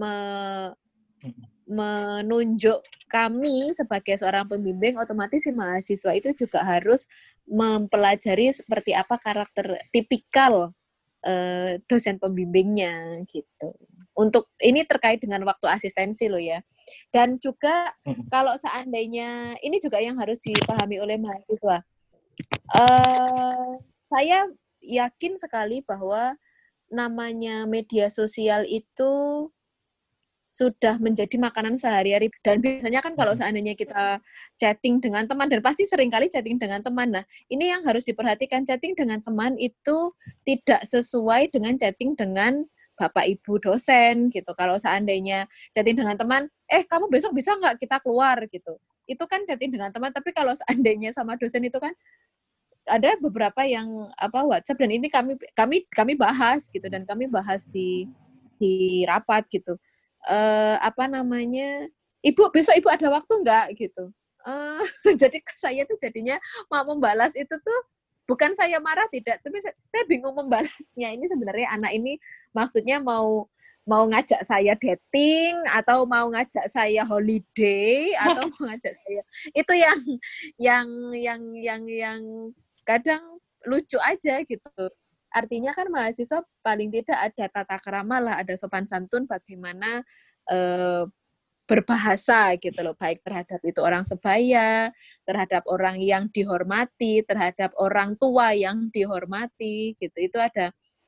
menunjuk kami sebagai seorang pembimbing, otomatis si mahasiswa itu juga harus mempelajari seperti apa karakter tipikal dosen pembimbingnya gitu. Untuk ini terkait dengan waktu asistensi loh ya. Dan juga kalau seandainya ini juga yang harus dipahami oleh mahasiswa. Saya yakin sekali bahwa namanya media sosial itu sudah menjadi makanan sehari-hari, dan biasanya kan kalau seandainya kita chatting dengan teman, dan pasti seringkali chatting dengan teman, nah ini yang harus diperhatikan, chatting dengan teman itu tidak sesuai dengan chatting dengan Bapak Ibu dosen gitu. Kalau seandainya chatting dengan teman, kamu besok bisa nggak kita keluar gitu, itu kan chatting dengan teman. Tapi kalau seandainya sama dosen itu kan ada beberapa yang WhatsApp, dan ini kami bahas gitu, dan kami bahas di rapat gitu. Ibu besok Ibu ada waktu nggak gitu. Jadi saya tuh jadinya mau membalas itu tuh bukan saya marah tidak, tapi saya bingung membalasnya. Ini sebenarnya anak ini maksudnya mau ngajak saya dating atau mau ngajak saya holiday atau mau ngajak saya, itu yang kadang lucu aja gitu. Artinya kan mahasiswa paling tidak ada tata krama lah, ada sopan santun bagaimana berbahasa gitu loh, baik terhadap itu orang sebaya, terhadap orang yang dihormati, terhadap orang tua yang dihormati gitu. Itu ada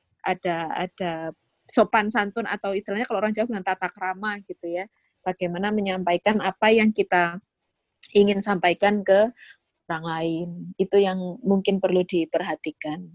sopan santun, atau istilahnya kalau orang Jawa bilang tata krama gitu ya. Bagaimana menyampaikan apa yang kita ingin sampaikan ke orang lain. Itu yang mungkin perlu diperhatikan.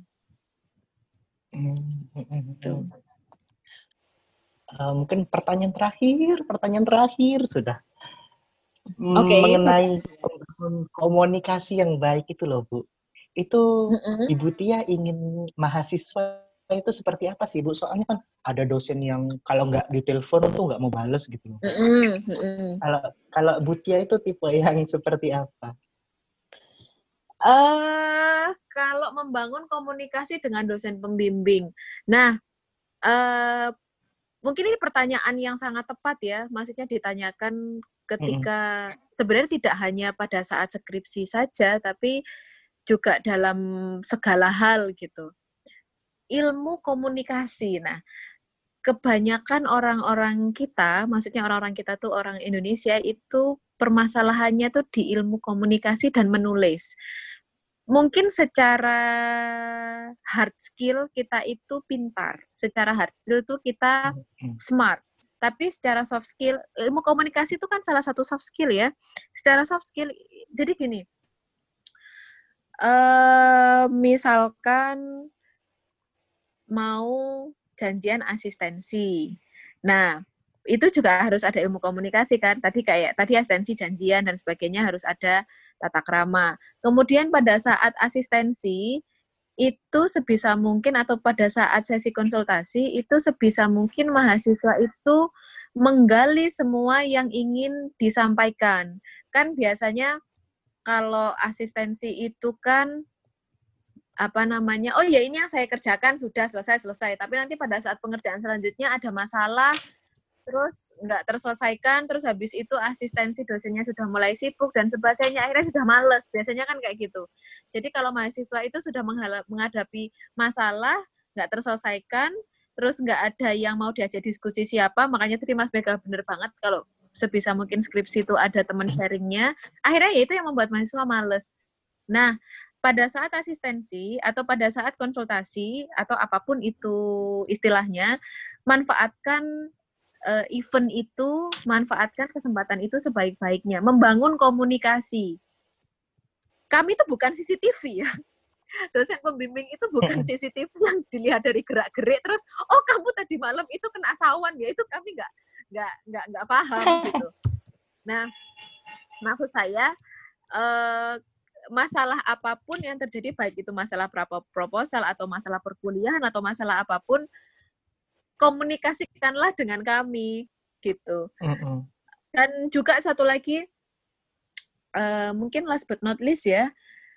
Mungkin pertanyaan terakhir sudah. Mengenai komunikasi yang baik itu loh, Bu. Itu Ibu Tia ingin mahasiswa itu seperti apa sih, Bu? Soalnya kan ada dosen yang kalau nggak ditelepon tuh nggak mau bales gitu loh. Kalau Bu Tia itu tipe yang seperti apa? Kalau membangun komunikasi dengan dosen pembimbing. Nah, mungkin ini pertanyaan yang sangat tepat ya, maksudnya ditanyakan ketika sebenarnya tidak hanya pada saat skripsi saja, tapi juga dalam segala hal gitu. Ilmu komunikasi. Nah, kebanyakan orang-orang kita, maksudnya orang-orang kita tuh orang Indonesia itu permasalahannya tuh di ilmu komunikasi dan menulis. Mungkin secara hard skill kita itu pintar, secara hard skill itu kita smart, tapi secara soft skill, ilmu komunikasi itu kan salah satu soft skill ya. Secara soft skill, jadi gini, misalkan mau janjian asistensi, nah itu juga harus ada ilmu komunikasi kan. Tadi asistensi janjian dan sebagainya harus ada tata krama. Kemudian pada saat asistensi itu sebisa mungkin atau pada saat sesi konsultasi itu sebisa mungkin mahasiswa itu menggali semua yang ingin disampaikan. Kan biasanya kalau asistensi itu kan oh ya ini yang saya kerjakan sudah selesai. Tapi nanti pada saat pengerjaan selanjutnya ada masalah, terus nggak terselesaikan, terus habis itu asistensi dosennya sudah mulai sibuk dan sebagainya, akhirnya sudah males. Biasanya kan kayak gitu. Jadi kalau mahasiswa itu sudah menghadapi masalah, nggak terselesaikan, terus nggak ada yang mau diajak diskusi siapa, makanya tadi Mas Mega bener banget kalau sebisa mungkin skripsi itu ada teman sharingnya, akhirnya ya itu yang membuat mahasiswa males. Nah, pada saat asistensi atau pada saat konsultasi atau apapun itu istilahnya, manfaatkan event itu, manfaatkan kesempatan itu sebaik-baiknya. Membangun komunikasi. Kami itu bukan CCTV ya. Dosen pembimbing itu bukan CCTV yang dilihat dari gerak-gerik terus, oh kamu tadi malam itu kena sawan ya, itu kami nggak paham gitu. Nah, maksud saya masalah apapun yang terjadi, baik itu masalah proposal atau masalah perkuliahan atau masalah apapun, komunikasikanlah dengan kami gitu. Dan juga satu lagi, mungkin last but not least ya,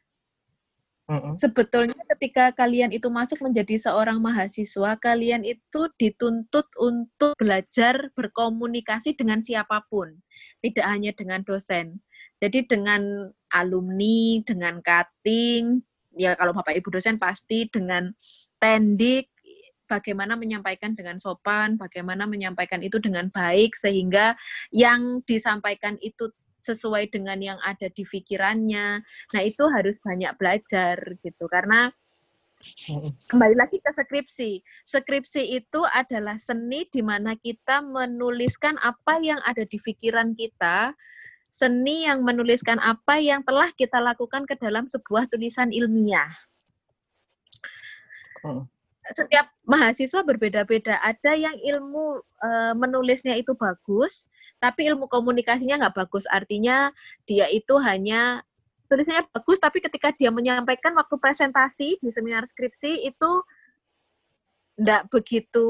sebetulnya ketika kalian itu masuk menjadi seorang mahasiswa, kalian itu dituntut untuk belajar berkomunikasi dengan siapapun, tidak hanya dengan dosen. Jadi dengan alumni, dengan cutting, ya kalau Bapak Ibu dosen pasti dengan tendik, bagaimana menyampaikan dengan sopan, bagaimana menyampaikan itu dengan baik, sehingga yang disampaikan itu sesuai dengan yang ada di pikirannya. Nah, itu harus banyak belajar gitu. Karena kembali lagi ke skripsi. Skripsi itu adalah seni di mana kita menuliskan apa yang ada di pikiran kita, seni yang menuliskan apa yang telah kita lakukan ke dalam sebuah tulisan ilmiah. Setiap mahasiswa berbeda-beda. Ada yang ilmu menulisnya itu bagus, tapi ilmu komunikasinya nggak bagus. Artinya dia itu hanya tulisannya bagus, tapi ketika dia menyampaikan waktu presentasi di seminar skripsi itu nggak begitu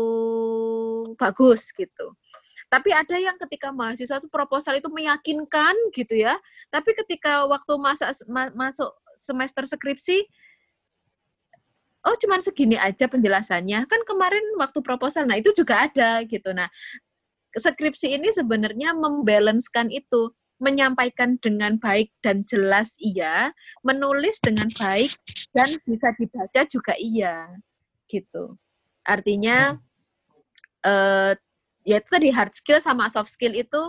bagus gitu. Tapi ada yang ketika mahasiswa itu proposal itu meyakinkan gitu ya, tapi ketika waktu masuk semester skripsi, oh cuman segini aja penjelasannya, kan kemarin waktu proposal, nah itu juga ada gitu. Nah, skripsi ini sebenarnya membalancekan itu, menyampaikan dengan baik dan jelas iya, menulis dengan baik dan bisa dibaca juga iya, gitu. Artinya, ya itu tadi hard skill sama soft skill itu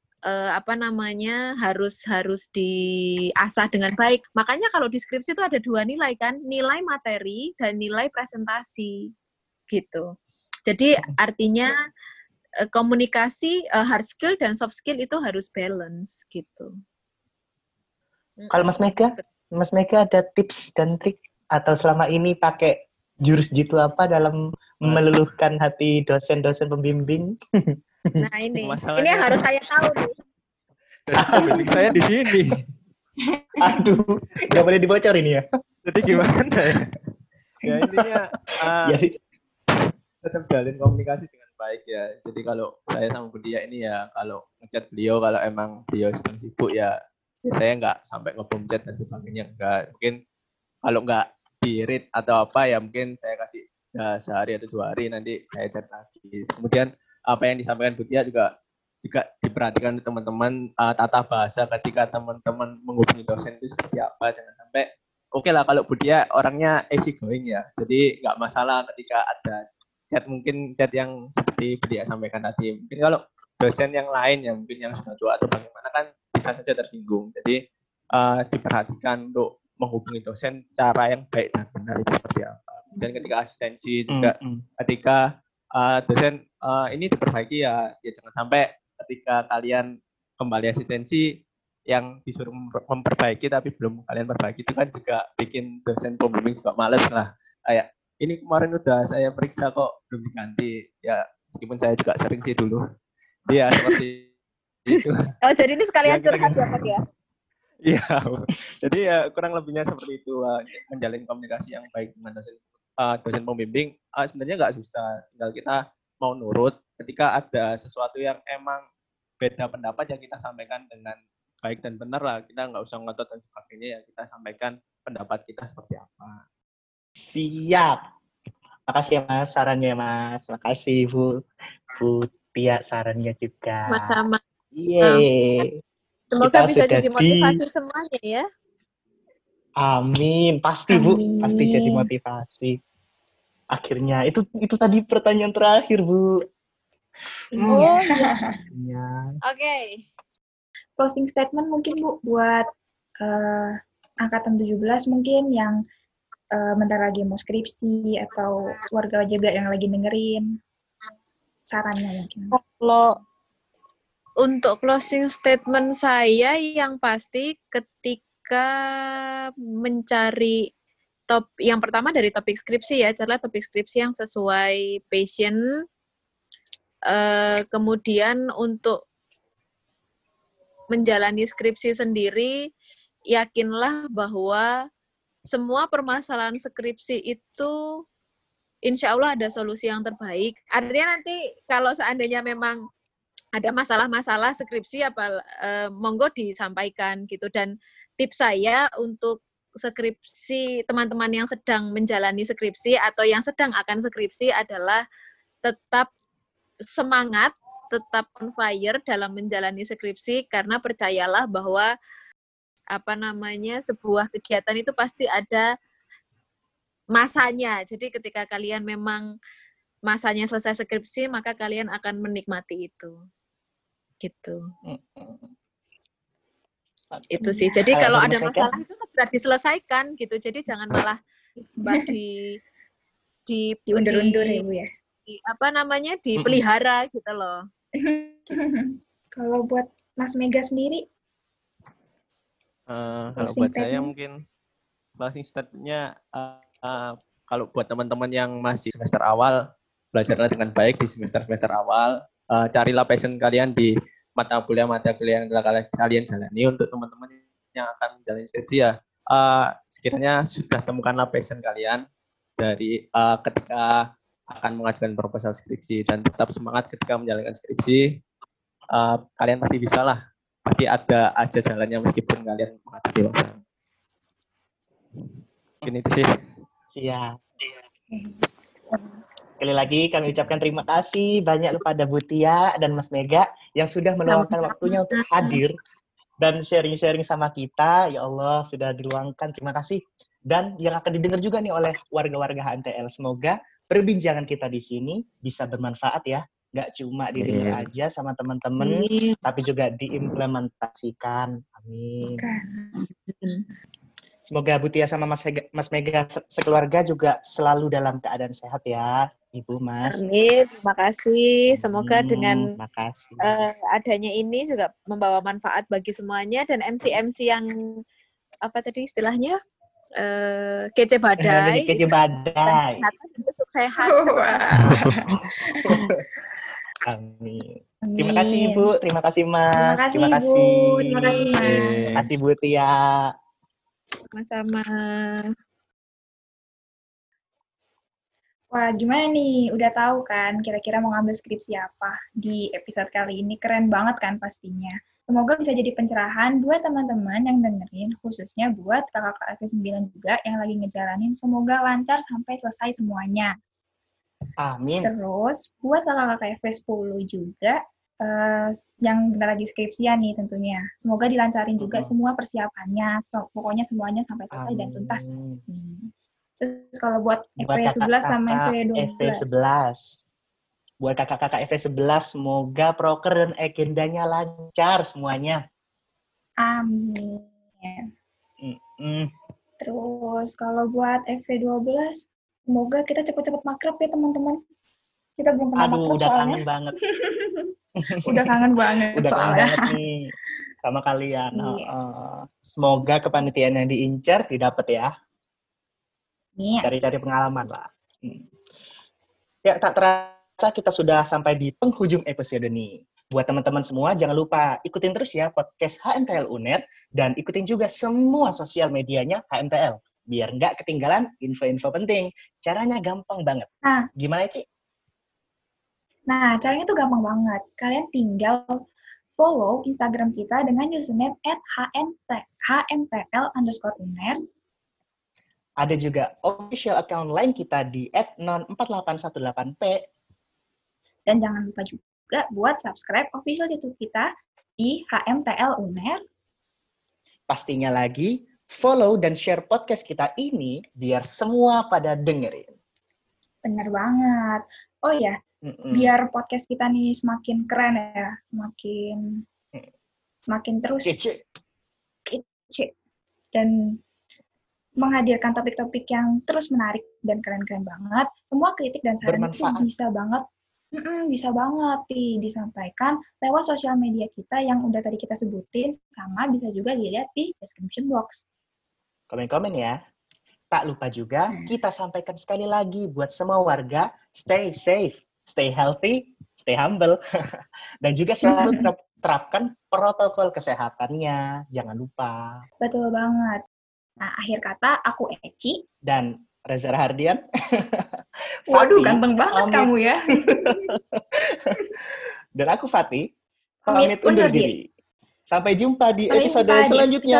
harus diasah dengan baik. Makanya kalau di skripsi itu ada 2 nilai kan, nilai materi dan nilai presentasi gitu. Jadi artinya komunikasi, hard skill dan soft skill itu harus balance gitu. Kalau Mas Mega ada tips dan trik atau selama ini pakai jurus jitu apa dalam meluluhkan hati dosen-dosen pembimbing? Nah ini yang harus saya tahu nih. Pembimbing saya di sini. Aduh, nggak boleh dibocorin ya. Jadi gimana ya? Ya intinya tetap jalin komunikasi dengan baik ya. Jadi kalau saya sama Budia ini ya, kalau ngechat beliau, kalau emang beliau sedang sibuk ya saya nggak sampai ngebom chat dan sebagainya, enggak. Mungkin kalau nggak di-read atau apa ya mungkin saya kasih sehari atau 2 hari nanti saya chat lagi. Kemudian apa yang disampaikan Budia juga diperhatikan teman-teman, tata bahasa ketika teman-teman menghubungi dosen itu seperti apa. Jangan sampai, oke lah kalau Budia orangnya easy going ya, jadi nggak masalah ketika ada chat, mungkin chat yang seperti Budia sampaikan tadi. Mungkin kalau dosen yang lain yang mungkin yang sudah tua atau bagaimana kan bisa saja tersinggung. Jadi diperhatikan untuk menghubungi dosen cara yang baik dan benar itu seperti apa. Dan ketika asistensi juga ketika dosen ini diperbaiki ya jangan sampai ketika kalian kembali asistensi yang disuruh memperbaiki tapi belum kalian perbaiki, itu kan juga bikin dosen pembimbing juga males lah. Kayak ini kemarin udah saya periksa kok belum diganti ya, meskipun saya juga sering sih dulu Iya, seperti itu. Oh, jadi ini sekalian Kira-kira curhat ya, Pak ya? Iya, jadi ya kurang lebihnya seperti itu, menjalin komunikasi yang baik dengan dosen pembimbing. Sebenarnya nggak susah, tinggal kita mau nurut. Ketika ada sesuatu yang emang beda pendapat, ya kita sampaikan dengan baik dan benar lah. Kita nggak usah ngotot dan sebagainya, ya kita sampaikan pendapat kita seperti apa. Siap. Makasih ya Mas sarannya Mas. Makasih Bu Tia sarannya juga. Sama-sama. Yeay. Semoga Kita bisa sudah jadi motivasi semuanya ya. Amin. Pasti Bu, Amin. pasti jadi motivasi. Akhirnya itu tadi pertanyaan terakhir Bu. Oh iya. Ya. Oke. Closing statement mungkin Bu buat angkatan 17 mungkin yang bentar lagi mau skripsi atau warga juga yang lagi dengerin. Sarannya mungkin. Kalau untuk closing statement saya yang pasti ketika mencari yang pertama dari topik skripsi ya, carilah topik skripsi yang sesuai passion. Kemudian untuk menjalani skripsi sendiri, yakinlah bahwa semua permasalahan skripsi itu insya Allah ada solusi yang terbaik. Artinya nanti kalau seandainya memang ada masalah-masalah skripsi monggo disampaikan gitu. Dan tips saya untuk skripsi teman-teman yang sedang menjalani skripsi atau yang sedang akan skripsi adalah tetap semangat, tetap on fire dalam menjalani skripsi, karena percayalah bahwa sebuah kegiatan itu pasti ada masanya. Jadi ketika kalian memang masanya selesai skripsi, maka kalian akan menikmati itu. Gitu. Itu sih. Jadi kalau ada masalah itu segera diselesaikan gitu. Jadi jangan malah diundur-undur ya Bu ya. Dipelihara gitu loh. Kalau buat Mas Mega sendiri? Kalau buat saya mungkin closing statement-nya kalau buat teman-teman yang masih semester awal, belajarlah dengan baik di semester-semester awal. Carilah passion kalian di mata kuliah yang telah kalian jalani. Untuk teman-teman yang akan menjalani skripsi ya, sekiranya sudah temukanlah passion kalian dari ketika akan mengajukan proposal skripsi, dan tetap semangat ketika menjalankan skripsi. Kalian pasti bisa lah, pasti ada aja jalannya meskipun kalian menghadapi masalah. Mungkin itu sih. Iya. Sekali lagi kami ucapkan terima kasih banyak kepada Bu Tia dan Mas Mega yang sudah meluangkan waktunya untuk hadir dan sharing-sharing sama kita. Ya Allah, sudah diluangkan. Terima kasih. Dan yang akan didengar juga nih oleh warga-warga HMTL. Semoga perbincangan kita di sini bisa bermanfaat ya. Nggak cuma didengar aja sama teman-teman, tapi juga diimplementasikan. Amin. Semoga Bu Tia sama Mas Mega sekeluarga juga selalu dalam keadaan sehat ya, Ibu, Mas. Amin, terima kasih. Semoga dengan adanya ini juga membawa manfaat bagi semuanya, dan MC-MC yang apa tadi istilahnya? Kece badai. Kece badai. Untuk sehat. Amin. Terima kasih Ibu, terima kasih Mas. Terima kasih Bu, terima kasih Mas. Terima kasih Bu Tia. Sama-sama. Wah, gimana nih? Udah tahu kan kira-kira mau ngambil skripsi apa di episode kali ini? Keren banget kan pastinya. Semoga bisa jadi pencerahan buat teman-teman yang dengerin, khususnya buat kakak-kakak FE9 juga yang lagi ngejalanin. Semoga lancar sampai selesai semuanya. Amin. Terus, buat kakak-kakak FE10 juga, yang bentar lagi skripsian nih tentunya. Semoga dilancarin juga semua persiapannya. Pokoknya semuanya sampai selesai dan tuntas. Terus kalau buat FE11 sama FE12. Buat kakak-kakak FE11, semoga proker dan agendanya lancar semuanya. Amin. Terus kalau buat FE12, semoga kita cepat-cepat makrab ya teman-teman. Kita belum pernah makrab udah soalnya. Kangen banget. Udah kangen banget udah soalnya. Kangen banget nih sama kalian. Semoga kepanitiaan yang diincar didapat ya. Cari-cari pengalaman lah. Ya, tak terasa kita sudah sampai di penghujung episode ini. Buat teman-teman semua, jangan lupa ikutin terus ya podcast HMTL UNER dan ikutin juga semua sosial medianya HMTL. Biar nggak ketinggalan info-info penting. Caranya gampang banget. Nah, gimana, Ci? Nah, caranya tuh gampang banget. Kalian tinggal follow Instagram kita dengan username @hmtl_uner. Ada juga official account line kita di @non4818p. Dan jangan lupa juga buat subscribe official YouTube kita di HMTL UNER. Pastinya lagi, follow dan share podcast kita ini biar semua pada dengerin. Bener banget. Oh ya, biar podcast kita nih semakin keren ya, semakin terus kece dan menghadirkan topik-topik yang terus menarik dan keren-keren banget. Semua kritik dan saran itu bisa banget disampaikan lewat sosial media kita yang udah tadi kita sebutin, sama bisa juga dilihat di description box. Komen-komen ya. Tak lupa juga kita sampaikan sekali lagi buat semua warga, stay safe, stay healthy, stay humble, dan juga selalu terapkan protokol kesehatannya. Jangan lupa. Betul banget. Nah, akhir kata, aku Eci. Dan Reza Rahardian. Waduh, ganteng banget kamu ya. Dan aku Fatih, pamit undur diri. Sampai jumpa di episode selanjutnya.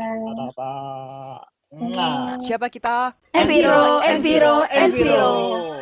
Dadah. Siapa kita? Enviro.